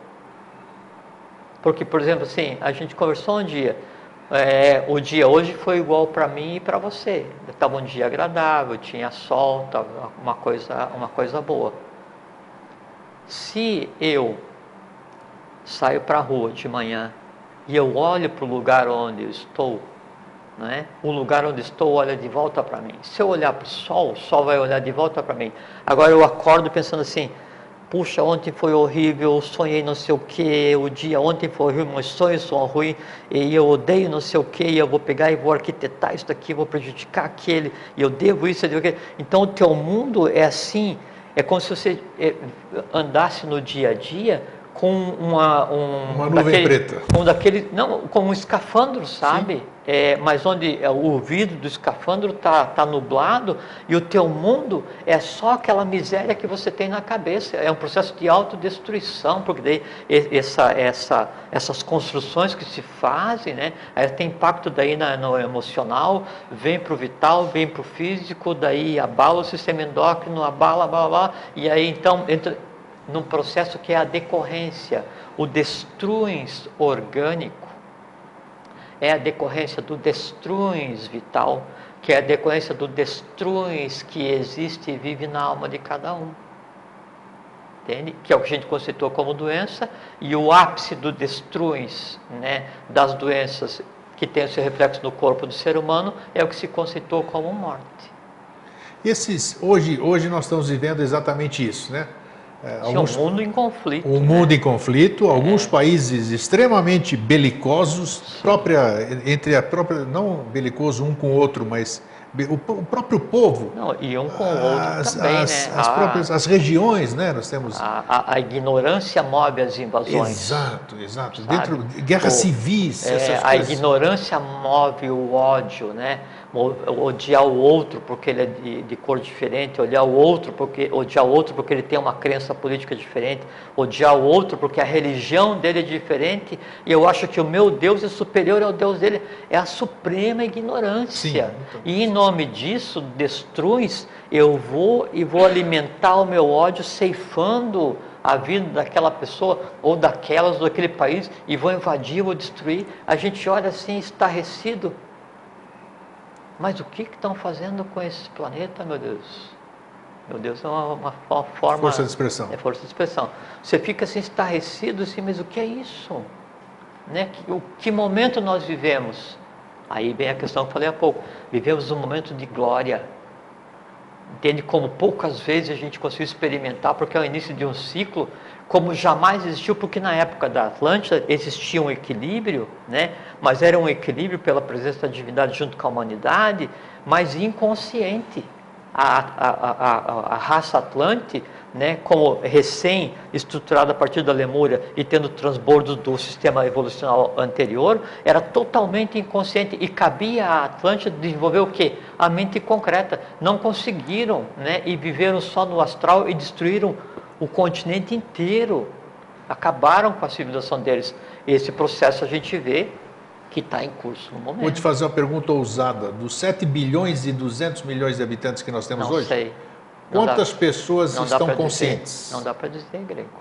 [SPEAKER 2] Porque, por exemplo, assim, a gente conversou um dia, É, o dia hoje foi igual para mim e para você. Estava um dia agradável, tinha sol, estava uma coisa, uma coisa boa. Se eu saio para a rua de manhã e eu olho para o lugar onde eu estou, né? O lugar onde estou olha de volta para mim. Se eu olhar para o sol, o sol vai olhar de volta para mim. Agora eu acordo pensando assim, puxa, ontem foi horrível, sonhei não sei o que, o dia ontem foi horrível, meus sonhos são ruins, e eu odeio não sei o que, e eu vou pegar e vou arquitetar isso daqui, vou prejudicar aquele, e eu devo isso, eu devo aquilo. Então o teu mundo é assim, é como se você andasse no dia a dia com uma... Um,
[SPEAKER 1] uma nuvem
[SPEAKER 2] daquele,
[SPEAKER 1] preta.
[SPEAKER 2] Um daquele, não, com um escafandro, sabe? É, mas onde o vidro do escafandro está tá nublado e o teu mundo é só aquela miséria que você tem na cabeça. É um processo de autodestruição, porque daí essa, essa, essas construções que se fazem, né, tem impacto daí na, no emocional, vem para o vital, vem para o físico, daí abala o sistema endócrino, abala, abala, abala, e aí então entra num processo que é a decorrência, o destruins orgânico, é a decorrência do destruins vital, que é a decorrência do destruins que existe e vive na alma de cada um. Entende? Que é o que a gente conceitou como doença, e o ápice do destruins, né, das doenças que tem o seu reflexo no corpo do ser humano, é o que se conceitou como morte.
[SPEAKER 1] Esses, hoje, hoje nós estamos vivendo exatamente isso, né?
[SPEAKER 2] É, alguns, um mundo em conflito.
[SPEAKER 1] Um né? mundo em conflito, alguns é. países extremamente belicosos, própria, entre a própria, não belicoso um com o outro, mas o, o próprio povo.
[SPEAKER 2] Não, e um com o outro
[SPEAKER 1] as,
[SPEAKER 2] também,
[SPEAKER 1] as,
[SPEAKER 2] né?
[SPEAKER 1] As,
[SPEAKER 2] a,
[SPEAKER 1] próprias, as regiões, né? Nós temos...
[SPEAKER 2] A, a, a ignorância move as invasões.
[SPEAKER 1] Exato, exato. Sabe? Dentro de guerras o, civis,
[SPEAKER 2] é,
[SPEAKER 1] essas
[SPEAKER 2] a
[SPEAKER 1] coisas.
[SPEAKER 2] ignorância move o ódio, né? Odiar o outro porque ele é de, de cor diferente, odiar o outro porque odiar o outro porque ele tem uma crença política diferente, odiar o outro porque a religião dele é diferente, e eu acho que o meu Deus é superior ao Deus dele. É a suprema ignorância. Sim, então... E em nome disso, destruis, eu vou e vou alimentar o meu ódio, ceifando a vida daquela pessoa ou daquelas, ou daquele país, e vou invadir, vou destruir. A gente olha assim, estarrecido. Mas o que estão fazendo com esse planeta, meu Deus? Meu Deus, é uma, uma, uma forma...
[SPEAKER 1] Força de expressão.
[SPEAKER 2] É força de expressão. Você fica assim, estarrecido, assim, mas o que é isso? Né? Que, o, que momento nós vivemos? Aí vem a questão que eu falei há pouco. Vivemos um momento de glória. Entende? Como poucas vezes a gente conseguiu experimentar, porque é o início de um ciclo, como jamais existiu, porque na época da Atlântida existia um equilíbrio, né? Mas era um equilíbrio pela presença da divindade junto com a humanidade, mas inconsciente. A, a, a, a, a raça Atlante, né, como recém-estruturada a partir da Lemúria e tendo transbordos do sistema evolucional anterior, era totalmente inconsciente, e cabia à Atlântida desenvolver o quê? A mente concreta. Não conseguiram, né, e viveram só no astral e destruíram o continente inteiro, acabaram com a civilização deles. Esse processo a gente vê que está em curso no momento.
[SPEAKER 1] Vou te fazer uma pergunta ousada. Dos sete bilhões e duzentos milhões de habitantes que nós temos
[SPEAKER 2] não
[SPEAKER 1] hoje,
[SPEAKER 2] sei. Não
[SPEAKER 1] quantas
[SPEAKER 2] dá,
[SPEAKER 1] pessoas
[SPEAKER 2] não
[SPEAKER 1] estão conscientes?
[SPEAKER 2] Dizer, não dá para dizer em grego.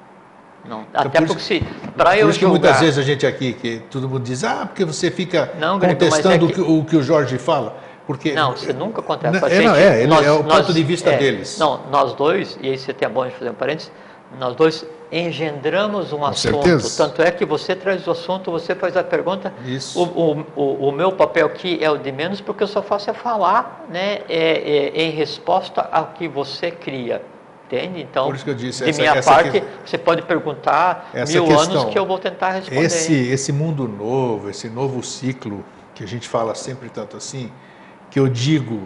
[SPEAKER 2] Não.
[SPEAKER 1] Então,
[SPEAKER 2] Até
[SPEAKER 1] por
[SPEAKER 2] porque
[SPEAKER 1] isso,
[SPEAKER 2] se para eu
[SPEAKER 1] Por isso que
[SPEAKER 2] julgar,
[SPEAKER 1] muitas vezes a gente aqui, que todo mundo diz, ah, porque você fica
[SPEAKER 2] não, grego,
[SPEAKER 1] contestando
[SPEAKER 2] é que...
[SPEAKER 1] o, que, o que o Jorge fala. Porque,
[SPEAKER 2] não, você nunca contesta.
[SPEAKER 1] Não,
[SPEAKER 2] a gente,
[SPEAKER 1] não, é, ele,
[SPEAKER 2] nós,
[SPEAKER 1] é o
[SPEAKER 2] nós,
[SPEAKER 1] ponto de vista
[SPEAKER 2] é,
[SPEAKER 1] deles.
[SPEAKER 2] Não, nós dois, e aí você tem a bom de fazer um parênteses, nós dois engendramos um
[SPEAKER 1] Com
[SPEAKER 2] assunto.
[SPEAKER 1] certeza.
[SPEAKER 2] Tanto é que você traz o assunto, você faz a pergunta.
[SPEAKER 1] Isso.
[SPEAKER 2] O, o, o, o meu papel aqui é o de menos, porque eu só faço é falar, né, é, é, em resposta ao que você cria. Entende? Então,
[SPEAKER 1] Por isso que eu disse,
[SPEAKER 2] de
[SPEAKER 1] essa,
[SPEAKER 2] minha
[SPEAKER 1] essa
[SPEAKER 2] parte,
[SPEAKER 1] que...
[SPEAKER 2] você pode perguntar
[SPEAKER 1] essa
[SPEAKER 2] mil
[SPEAKER 1] questão,
[SPEAKER 2] anos que eu vou tentar responder.
[SPEAKER 1] Esse, esse mundo novo, esse novo ciclo, que a gente fala sempre tanto assim, que eu digo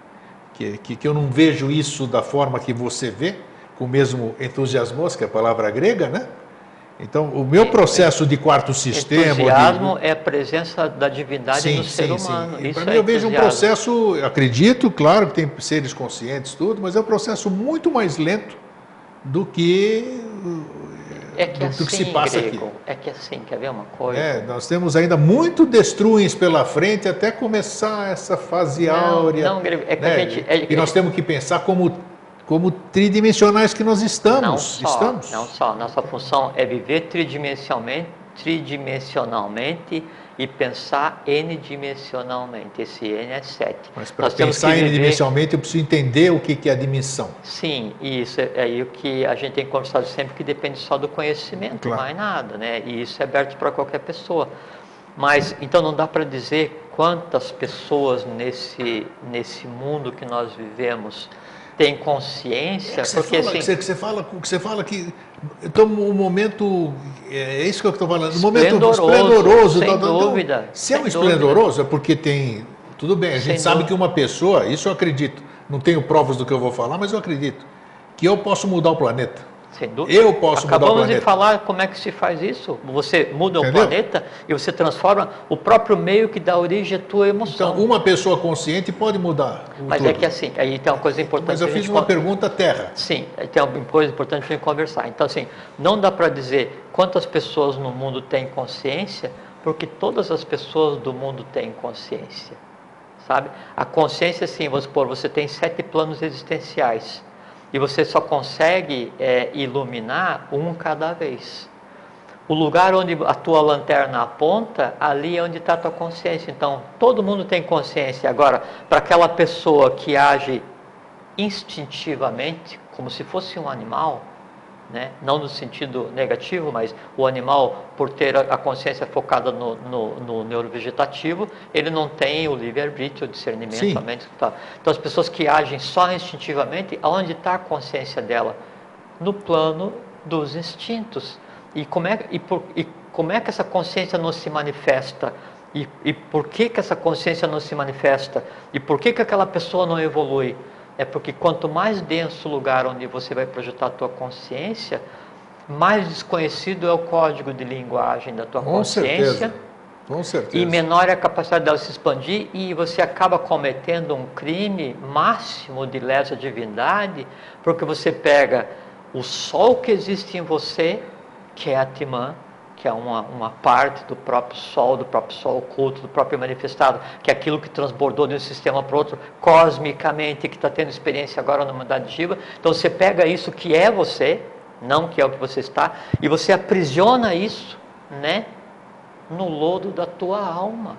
[SPEAKER 1] que, que, que eu não vejo isso da forma que você vê, com o mesmo entusiasmo, que é a palavra grega, né? Então, o meu processo de quarto sistema...
[SPEAKER 2] Entusiasmo
[SPEAKER 1] de...
[SPEAKER 2] é a presença da divindade
[SPEAKER 1] sim,
[SPEAKER 2] no
[SPEAKER 1] sim,
[SPEAKER 2] ser humano.
[SPEAKER 1] Para
[SPEAKER 2] Isso
[SPEAKER 1] mim,
[SPEAKER 2] é
[SPEAKER 1] eu vejo um
[SPEAKER 2] entusiasmo.
[SPEAKER 1] processo, acredito, claro que tem seres conscientes, tudo, mas é um processo muito mais lento do que,
[SPEAKER 2] é que
[SPEAKER 1] do,
[SPEAKER 2] assim,
[SPEAKER 1] do que se passa
[SPEAKER 2] grego,
[SPEAKER 1] aqui.
[SPEAKER 2] É que assim, quer ver uma coisa?
[SPEAKER 1] É, nós temos ainda muito destruins pela frente até começar essa fase
[SPEAKER 2] não,
[SPEAKER 1] áurea.
[SPEAKER 2] Não, grego, é que
[SPEAKER 1] né?
[SPEAKER 2] a gente... É,
[SPEAKER 1] e nós temos que pensar como... como tridimensionais que nós estamos.
[SPEAKER 2] Não só,
[SPEAKER 1] estamos.
[SPEAKER 2] não só. Nossa função é viver tridimensionalmente, tridimensionalmente e pensar n-dimensionalmente. Esse n é sete.
[SPEAKER 1] Mas para pensar viver... n-dimensionalmente eu preciso entender o que, que é a dimensão.
[SPEAKER 2] Sim, e isso é aí o que a gente tem conversado sempre, que depende só do conhecimento,
[SPEAKER 1] claro.
[SPEAKER 2] mais nada, né? E isso é aberto para qualquer pessoa. Mas, então não dá para dizer quantas pessoas nesse, nesse mundo que nós vivemos têm consciência,
[SPEAKER 1] é que
[SPEAKER 2] porque
[SPEAKER 1] fala,
[SPEAKER 2] assim...
[SPEAKER 1] Que você, que você fala, que você fala que... Então, um momento... É isso que eu estou falando. Um momento esplendoroso.
[SPEAKER 2] Sem
[SPEAKER 1] então,
[SPEAKER 2] dúvida.
[SPEAKER 1] Se é um esplendoroso, é porque tem... Tudo bem, a gente
[SPEAKER 2] sem
[SPEAKER 1] sabe
[SPEAKER 2] dúvida.
[SPEAKER 1] que uma pessoa... Isso eu acredito. Não tenho provas do que eu vou falar, mas eu acredito. Que eu posso mudar o planeta.
[SPEAKER 2] Sem dúvida.
[SPEAKER 1] Eu posso mudar o planeta.
[SPEAKER 2] Acabamos de falar como é que se faz isso. Você muda Entendeu? o planeta e você transforma o próprio meio que dá origem à tua emoção.
[SPEAKER 1] Então, uma pessoa consciente pode mudar o
[SPEAKER 2] Mas
[SPEAKER 1] tudo.
[SPEAKER 2] é que assim, aí tem uma coisa importante.
[SPEAKER 1] Mas eu fiz uma pergunta terra.
[SPEAKER 2] Sim, tem uma coisa importante para a gente conversar. Então, assim, não dá para dizer quantas pessoas no mundo têm consciência, porque todas as pessoas do mundo têm consciência. Sabe? A consciência, sim, vamos supor, você tem sete planos existenciais. E você só consegue é, iluminar um cada vez. O lugar onde a tua lanterna aponta, ali é onde está a tua consciência. Então, todo mundo tem consciência. Agora, para aquela pessoa que age instintivamente, como se fosse um animal, né? Não no sentido negativo, mas o animal, por ter a consciência focada no, no, no neurovegetativo, ele não tem o livre-arbítrio, o discernimento, a mente, tá. Então, as pessoas que agem só instintivamente, aonde está a consciência dela? No plano dos instintos. E como é, e por, e como é que essa consciência não se manifesta? E, e por que que essa consciência não se manifesta? E por que que aquela pessoa não evolui? É porque quanto mais denso o lugar onde você vai projetar a tua consciência, mais desconhecido é o código de linguagem da tua
[SPEAKER 1] Com
[SPEAKER 2] consciência.
[SPEAKER 1] Certeza. Com certeza.
[SPEAKER 2] E menor é a capacidade dela se expandir, e você acaba cometendo um crime máximo de lesa divindade, porque você pega o sol que existe em você, que é a Atman, que é uma, uma parte do próprio sol, do próprio sol oculto, do próprio manifestado, que é aquilo que transbordou de um sistema para outro, cosmicamente, que está tendo experiência agora na humanidade de Shiva. Então você pega isso que é você, não que é o que você está, e você aprisiona isso, né, no lodo da tua alma.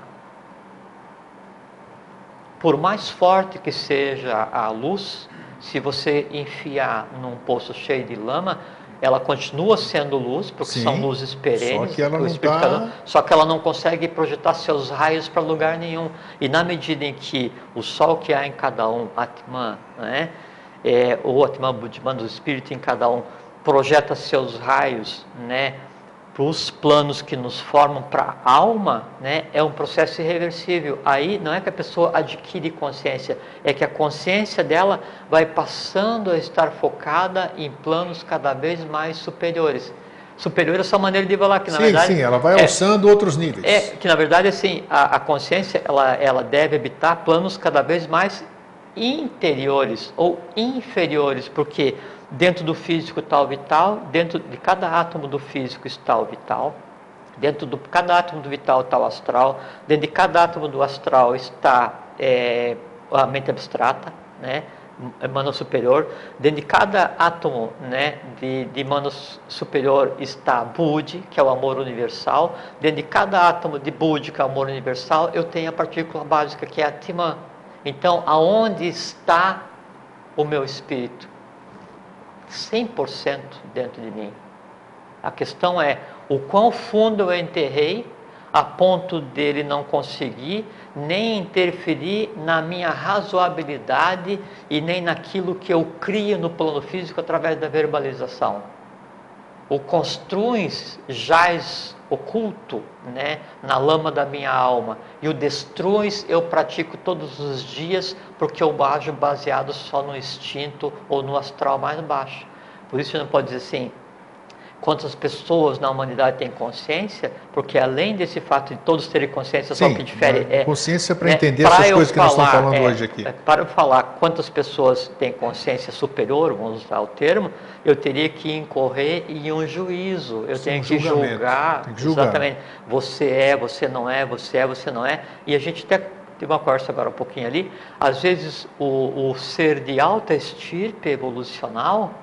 [SPEAKER 2] Por mais forte que seja a luz, se você enfiar num poço cheio de lama, ela continua sendo luz, porque Sim, são luzes perenes,
[SPEAKER 1] só que ela não
[SPEAKER 2] tá... só que ela não consegue projetar seus raios para lugar nenhum. E na medida em que o sol que há em cada um, Atman, né, é, o Atman Buddhiman, o espírito em cada um, projeta seus raios, né, para os planos que nos formam para a alma, né, é um processo irreversível. Aí não é que a pessoa adquire consciência, é que a consciência dela vai passando a estar focada em planos cada vez mais superiores. Superior é só maneira de falar que na
[SPEAKER 1] sim,
[SPEAKER 2] verdade...
[SPEAKER 1] Sim, ela vai alçando é, outros níveis.
[SPEAKER 2] É, que na verdade assim, a, a consciência ela, ela deve habitar planos cada vez mais interiores ou inferiores, porque... Dentro do físico está o vital, dentro de cada átomo do físico está o vital, dentro de cada átomo do vital está o astral, dentro de cada átomo do astral está é, a mente abstrata, né, mano superior, dentro de cada átomo, né, de, de mano superior está Budi, que é o amor universal, dentro de cada átomo de Budi, que é o amor universal, eu tenho a partícula básica, que é a Atman. Então, aonde está o meu espírito? cem por cento dentro de mim. A questão é o quão fundo eu enterrei a ponto dele não conseguir nem interferir na minha razoabilidade e nem naquilo que eu crio no plano físico através da verbalização. O construis jaz oculto, né, na lama da minha alma, e o destruis eu pratico todos os dias, porque eu ajo baseado só no instinto ou no astral mais baixo. Por isso você não pode dizer assim, quantas pessoas na humanidade têm consciência, porque além desse fato de todos terem consciência, Sim, só que difere é...
[SPEAKER 1] consciência para entender né, essas coisas que falar, nós estamos falando
[SPEAKER 2] é,
[SPEAKER 1] hoje aqui.
[SPEAKER 2] É, para eu falar quantas pessoas têm consciência superior, vamos usar o termo, eu teria que incorrer em um juízo, eu Sim, tenho um que julgar,
[SPEAKER 1] Tem que julgar, exatamente,
[SPEAKER 2] você é, você não é, você é, você não é, e a gente até teve uma conversa agora um pouquinho ali, às vezes o, o ser de alta estirpe evolucional,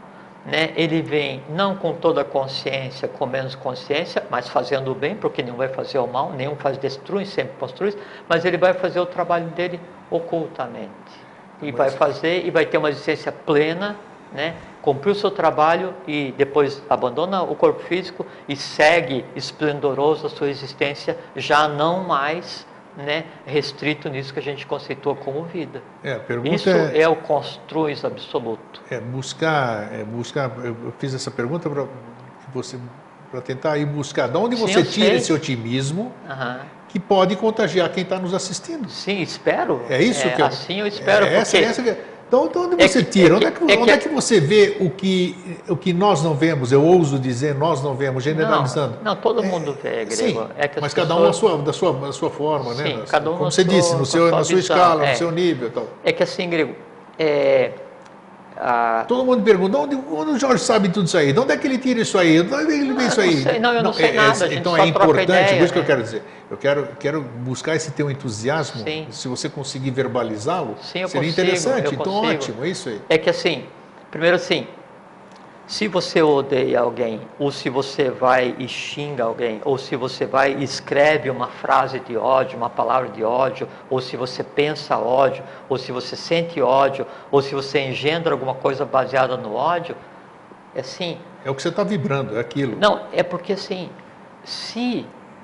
[SPEAKER 2] né, ele vem não com toda a consciência, com menos consciência, mas fazendo o bem, porque não vai fazer o mal, nenhum faz destrui, sempre construi, mas ele vai fazer o trabalho dele ocultamente. E mas... vai fazer, e vai ter uma existência plena, né, cumprir o seu trabalho e depois abandona o corpo físico e segue esplendoroso a sua existência, já não mais, né, restrito nisso que a gente conceitua como vida.
[SPEAKER 1] É, a pergunta
[SPEAKER 2] Isso
[SPEAKER 1] é,
[SPEAKER 2] é o construis absoluto.
[SPEAKER 1] É buscar, é buscar. Eu fiz essa pergunta para você, para tentar ir buscar. De onde você Sim, tira sei. esse otimismo uhum. que pode contagiar quem está nos assistindo?
[SPEAKER 2] Sim, espero.
[SPEAKER 1] É isso
[SPEAKER 2] é,
[SPEAKER 1] que eu,
[SPEAKER 2] assim eu espero.
[SPEAKER 1] É essa,
[SPEAKER 2] porque...
[SPEAKER 1] essa que, então, de onde você é que, tira? É que, onde, é que, é onde que... é que você vê o que, o que nós não vemos? Eu ouso dizer, nós não vemos, generalizando.
[SPEAKER 2] Não, não todo mundo vê, Grego.
[SPEAKER 1] Sim,
[SPEAKER 2] é que
[SPEAKER 1] mas
[SPEAKER 2] pessoas...
[SPEAKER 1] cada um a sua, da, sua, da sua forma,
[SPEAKER 2] Sim,
[SPEAKER 1] né?
[SPEAKER 2] cada um
[SPEAKER 1] Como você disse, no seu, na sua
[SPEAKER 2] visão,
[SPEAKER 1] escala,
[SPEAKER 2] é.
[SPEAKER 1] no seu nível. Tal.
[SPEAKER 2] É que assim, Grego, é... A...
[SPEAKER 1] todo mundo pergunta, onde, onde o Jorge sabe tudo isso aí? De onde é que ele tira isso aí? De onde é que ele vê isso aí?
[SPEAKER 2] Não, sei, não, eu não, não sei
[SPEAKER 1] é,
[SPEAKER 2] nada.
[SPEAKER 1] É, então é importante, ideia, por isso que né? eu quero dizer. Eu quero, quero buscar esse teu entusiasmo. Sim. Se você conseguir verbalizá-lo, seria
[SPEAKER 2] consigo,
[SPEAKER 1] interessante. Então,
[SPEAKER 2] consigo.
[SPEAKER 1] ótimo, é isso aí.
[SPEAKER 2] É que assim, primeiro assim, se você odeia alguém, ou se você vai e xinga alguém, ou se você vai e escreve uma frase de ódio, uma palavra de ódio, ou se você pensa ódio, ou se você sente ódio, ou se você engendra alguma coisa baseada no ódio, é assim...
[SPEAKER 1] É o que você está vibrando, é aquilo.
[SPEAKER 2] Não, é porque assim, se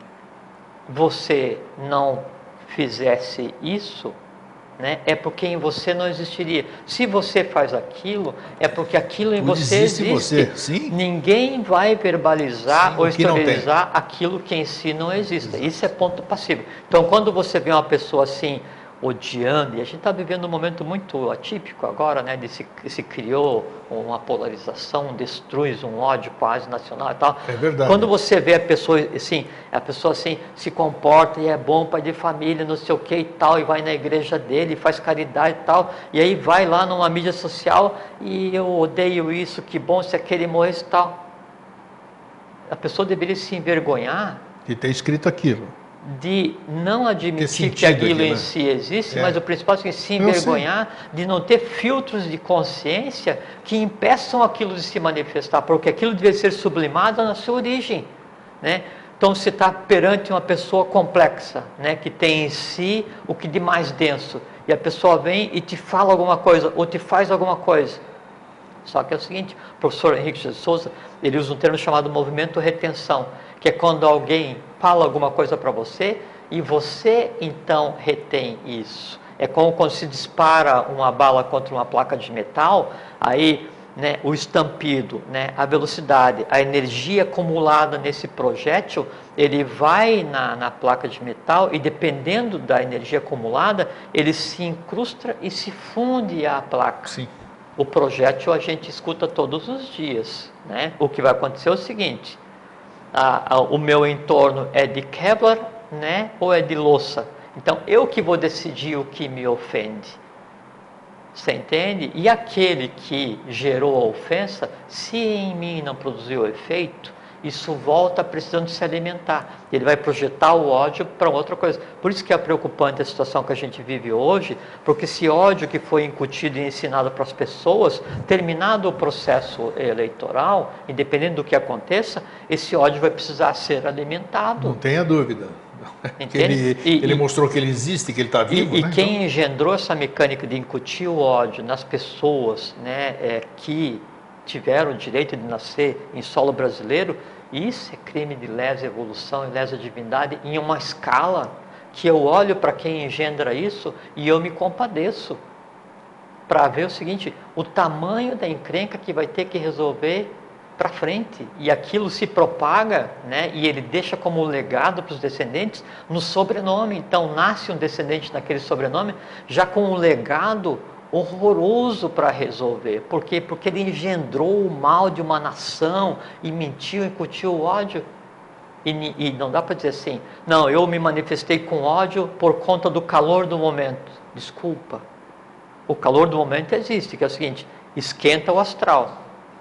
[SPEAKER 2] você não fizesse isso... Né? É porque em você não existiria. Se você faz aquilo, é porque aquilo em
[SPEAKER 1] Tudo
[SPEAKER 2] você
[SPEAKER 1] existe.
[SPEAKER 2] existe.
[SPEAKER 1] Em você. Sim.
[SPEAKER 2] Ninguém vai verbalizar
[SPEAKER 1] Sim,
[SPEAKER 2] ou exteriorizar aquilo que em si não existe. Exato. Isso é ponto passivo. Então, quando você vê uma pessoa assim, odiando, e a gente está vivendo um momento muito atípico agora, né? De se, se criou uma polarização, um destruz, um ódio quase nacional e tal.
[SPEAKER 1] É verdade.
[SPEAKER 2] Quando você vê a pessoa assim, a pessoa assim se comporta e é bom, pai de família, não sei o que e tal, e vai na igreja dele, faz caridade e tal, e aí vai lá numa mídia social e eu odeio isso, que bom se aquele morresse e tal. A pessoa deveria se envergonhar
[SPEAKER 1] de ter escrito aquilo.
[SPEAKER 2] De não admitir que aquilo aqui, em né? si existe, é. mas o principal é se envergonhar de não ter filtros de consciência que impeçam aquilo de se manifestar, porque aquilo deve ser sublimado na sua origem, né? Então você está perante uma pessoa complexa, né? Que tem em si o que de mais denso, e a pessoa vem e te fala alguma coisa, ou te faz alguma coisa. Só que é o seguinte, o professor Henrique de Souza, ele usa um termo chamado movimento retenção, que é quando alguém fala alguma coisa para você e você então retém isso. É como quando se dispara uma bala contra uma placa de metal, aí né, o estampido, né, a velocidade, a energia acumulada nesse projétil, ele vai na, na placa de metal e dependendo da energia acumulada, ele se incrusta e se funde à placa.
[SPEAKER 1] Sim.
[SPEAKER 2] O projétil a gente escuta todos os dias, né? O que vai acontecer é o seguinte, a, a, o meu entorno é de Kevlar, né? Ou é de louça? Então, eu que vou decidir o que me ofende. Você entende? E aquele que gerou a ofensa, se em mim não produziu efeito, isso volta precisando se alimentar. Ele vai projetar o ódio para outra coisa. Por isso que é preocupante a situação que a gente vive hoje, porque esse ódio que foi incutido e ensinado para as pessoas, terminado o processo eleitoral, independente do que aconteça, esse ódio vai precisar ser alimentado.
[SPEAKER 1] Não tenha dúvida. Ele, e, ele e, mostrou que ele existe, que ele está vivo.
[SPEAKER 2] E,
[SPEAKER 1] né?
[SPEAKER 2] e quem então... engendrou essa mecânica de incutir o ódio nas pessoas, né, é, que tiveram o direito de nascer em solo brasileiro, isso é crime de lesa evolução e lesa divindade em uma escala que eu olho para quem engendra isso e eu me compadeço para ver o seguinte, o tamanho da encrenca que vai ter que resolver para frente, e aquilo se propaga, né, e ele deixa como legado para os descendentes no sobrenome. Então nasce um descendente naquele sobrenome já com um legado horroroso para resolver. Por quê? Porque ele engendrou o mal de uma nação e mentiu, incutiu o ódio. E, e não dá para dizer assim, não, eu me manifestei com ódio por conta do calor do momento. Desculpa. O calor do momento existe, que é o seguinte, esquenta o astral.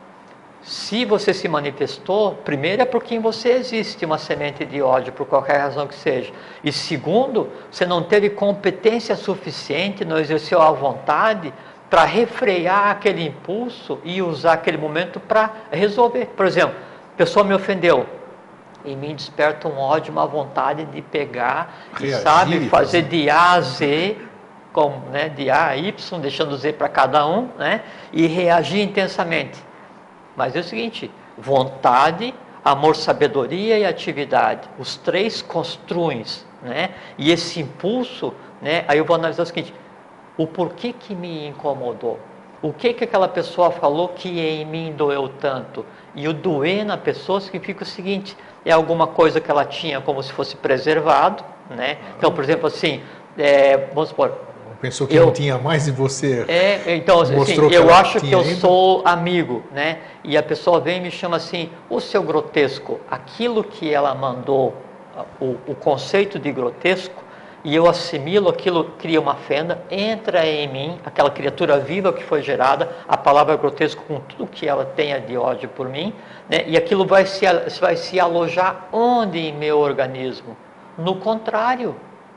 [SPEAKER 2] Se você se manifestou, primeiro é por quem você existe, uma semente de ódio, por qualquer razão que seja. E segundo, você não teve competência suficiente, não exerceu a vontade para refrear aquele impulso e usar aquele momento para resolver. Por exemplo, a pessoa me ofendeu, em mim desperta um ódio, uma vontade de pegar Reagir, e, sabe, fazer de A a Z, com, né, de A a Y, deixando Z para cada um, né, e reagir intensamente. Mas é o seguinte, vontade, amor, sabedoria e atividade, os três construem, né, e esse impulso, né, aí eu vou analisar o seguinte, o porquê que me incomodou, o que que aquela pessoa falou que em mim doeu tanto, e o doer na pessoa significa o seguinte, é alguma coisa que ela tinha como se fosse preservado, né, então, por exemplo, assim, é, vamos supor,
[SPEAKER 1] pensou que eu, não tinha mais e você
[SPEAKER 2] é, então, assim, eu acho que eu ainda. sou amigo, né? E a pessoa vem e me chama assim, o seu grotesco, aquilo que ela mandou, o, o conceito de grotesco, e eu assimilo aquilo, cria uma fenda, entra em mim, aquela criatura viva que foi gerada, a palavra grotesco com tudo que ela tenha de ódio por mim, né? E aquilo vai se, vai se alojar onde em meu organismo? No contrário.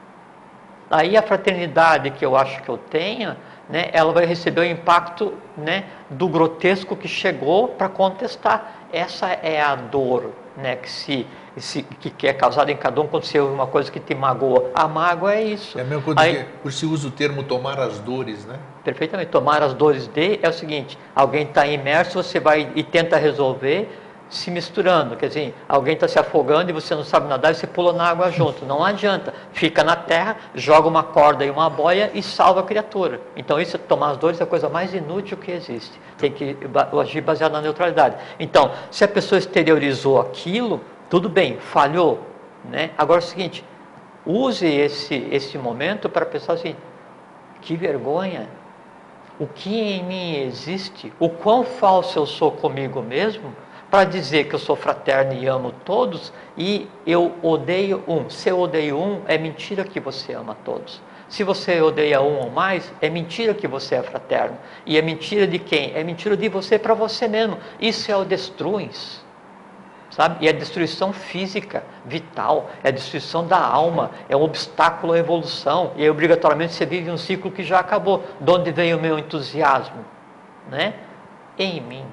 [SPEAKER 2] Aí a fraternidade que eu acho que eu tenha, né, ela vai receber o impacto, né, do grotesco que chegou para contestar. Essa é a dor, né, que, se, se, que é causada em cada um quando você ouve uma coisa que te magoa. A mágoa é isso.
[SPEAKER 1] É a mesma coisa Aí, que por se usa o termo tomar as dores, né?
[SPEAKER 2] Perfeitamente. Tomar as dores de é o seguinte, alguém está imerso, você vai e tenta resolver, se misturando, quer dizer, alguém está se afogando e você não sabe nadar e você pula na água junto, não adianta, fica na terra, joga uma corda e uma boia e salva a criatura. Então isso, tomar as dores é a coisa mais inútil que existe, tem que agir baseado na neutralidade. Então, se a pessoa exteriorizou aquilo, tudo bem, falhou, né? Agora é o seguinte, use esse, esse momento para pensar assim, que vergonha, o que em mim existe, o quão falso eu sou comigo mesmo, para dizer que eu sou fraterno e amo todos, e eu odeio um. Se eu odeio um, é mentira que você ama todos. Se você odeia um ou mais, é mentira que você é fraterno. E é mentira de quem? É mentira de você para você mesmo. Isso é o destruins, sabe? E é destruição física, vital, é a destruição da alma, é um obstáculo à evolução, e aí obrigatoriamente você vive um ciclo que já acabou. De onde veio o meu entusiasmo? Né? Em mim.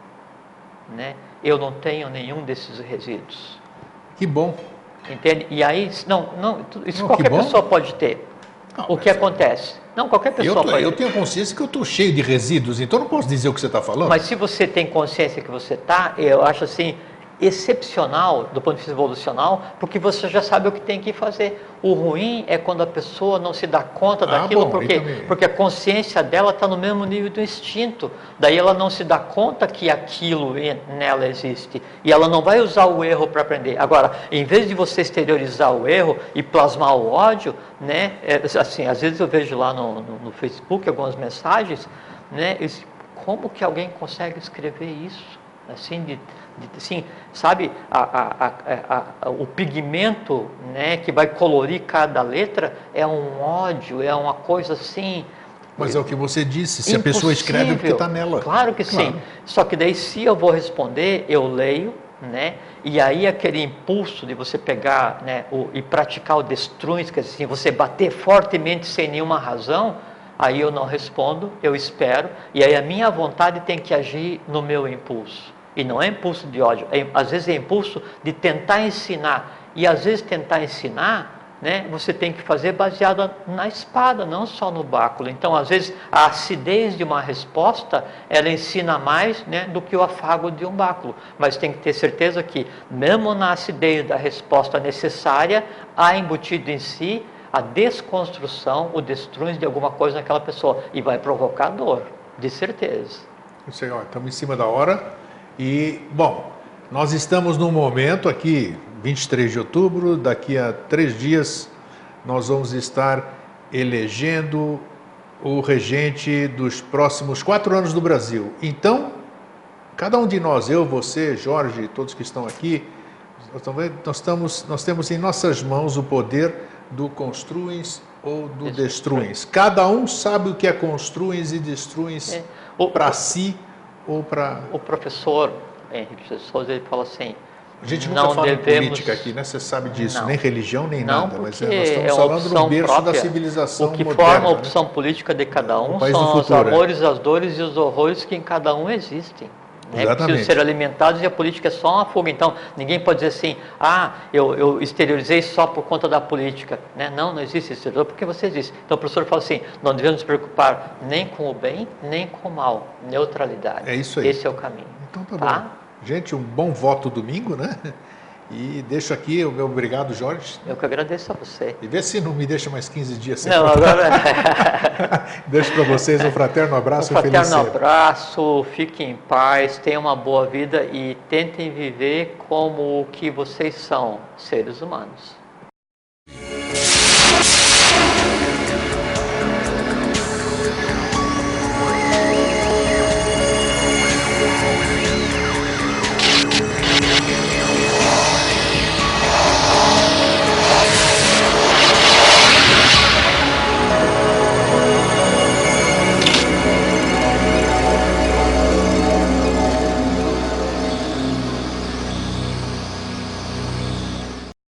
[SPEAKER 2] Né? Eu não tenho nenhum desses resíduos.
[SPEAKER 1] Que bom.
[SPEAKER 2] Entende? E aí, não, não isso não, qualquer pessoa pode ter. Não, o que acontece? Não, qualquer pessoa
[SPEAKER 1] eu tô,
[SPEAKER 2] pode
[SPEAKER 1] Eu
[SPEAKER 2] ter.
[SPEAKER 1] tenho consciência que eu estou cheio de resíduos, então não posso dizer o que você está falando.
[SPEAKER 2] Mas se você tem consciência que você está, eu acho assim, excepcional do ponto de vista evolucional, porque você já sabe o que tem que fazer. O ruim é quando a pessoa não se dá conta
[SPEAKER 1] ah,
[SPEAKER 2] daquilo,
[SPEAKER 1] bom,
[SPEAKER 2] porque, porque a consciência dela está no mesmo nível do instinto. Daí ela não se dá conta que aquilo nela existe. E ela não vai usar o erro para aprender. Agora, em vez de você exteriorizar o erro e plasmar o ódio, né, é, assim, às vezes eu vejo lá no, no, no Facebook algumas mensagens, né, como que alguém consegue escrever isso? Assim, de, de, assim, sabe, a, a, a, a, o pigmento, né, que vai colorir cada letra é um ódio, é uma coisa assim.
[SPEAKER 1] Mas é o que você disse, se impossível. A pessoa escreve é porque está nela.
[SPEAKER 2] Claro que claro. Sim, só que daí se eu vou responder, eu leio, né, e aí aquele impulso de você pegar, né, o, e praticar o destruins, que assim, você bater fortemente sem nenhuma razão, aí eu não respondo, eu espero, e aí a minha vontade tem que agir no meu impulso. E não é impulso de ódio, é, às vezes é impulso de tentar ensinar. E às vezes tentar ensinar, né, você tem que fazer baseado na espada, não só no báculo. Então, às vezes, a acidez de uma resposta, ela ensina mais, né, do que o afago de um báculo. Mas tem que ter certeza que, mesmo na acidez da resposta necessária, há embutido em si a desconstrução, o destruir de alguma coisa naquela pessoa. E vai provocar dor, de certeza.
[SPEAKER 1] Isso aí, ó, estamos em cima da hora. E, bom, nós estamos num momento aqui, vinte e três de outubro, daqui a três dias nós vamos estar elegendo o regente dos próximos quatro anos do Brasil. Então, cada um de nós, eu, você, Jorge, todos que estão aqui, nós, estamos, nós temos em nossas mãos o poder do construins ou do destruins. Cada um sabe o que é construins e destruins é. para si ou para...
[SPEAKER 2] O professor Henrique de Souza, ele fala assim,
[SPEAKER 1] A gente nunca
[SPEAKER 2] não
[SPEAKER 1] fala
[SPEAKER 2] devemos...
[SPEAKER 1] em política aqui, né? Você sabe disso,
[SPEAKER 2] não.
[SPEAKER 1] nem religião, nem
[SPEAKER 2] não,
[SPEAKER 1] nada, mas
[SPEAKER 2] porque
[SPEAKER 1] é, nós estamos
[SPEAKER 2] é uma
[SPEAKER 1] falando
[SPEAKER 2] opção
[SPEAKER 1] do berço
[SPEAKER 2] própria.
[SPEAKER 1] da civilização
[SPEAKER 2] O que
[SPEAKER 1] moderna,
[SPEAKER 2] forma a
[SPEAKER 1] né?
[SPEAKER 2] opção política de cada um
[SPEAKER 1] país
[SPEAKER 2] são
[SPEAKER 1] do
[SPEAKER 2] os
[SPEAKER 1] futuro,
[SPEAKER 2] amores, as dores e os horrores que em cada um existem. Né? Precisam ser alimentados e a política é só uma fuga. Então, ninguém pode dizer assim, ah, eu, eu exteriorizei só por conta da política. Né? Não, não existe exterior porque você existe. Então, o professor fala assim, não devemos nos preocupar nem com o bem, nem com o mal. Neutralidade.
[SPEAKER 1] É isso aí.
[SPEAKER 2] Esse é o caminho.
[SPEAKER 1] Então tá,
[SPEAKER 2] tá
[SPEAKER 1] bom. Gente, um bom voto domingo, né? E deixo aqui o meu obrigado, Jorge.
[SPEAKER 2] Eu que agradeço a você.
[SPEAKER 1] E vê se não me deixa mais quinze dias sem.
[SPEAKER 2] Não, agora...
[SPEAKER 1] Deixo para vocês um fraterno abraço
[SPEAKER 2] um
[SPEAKER 1] e feliz
[SPEAKER 2] fraterno abraço, fiquem em paz, tenham uma boa vida e tentem viver como o que vocês são, seres humanos.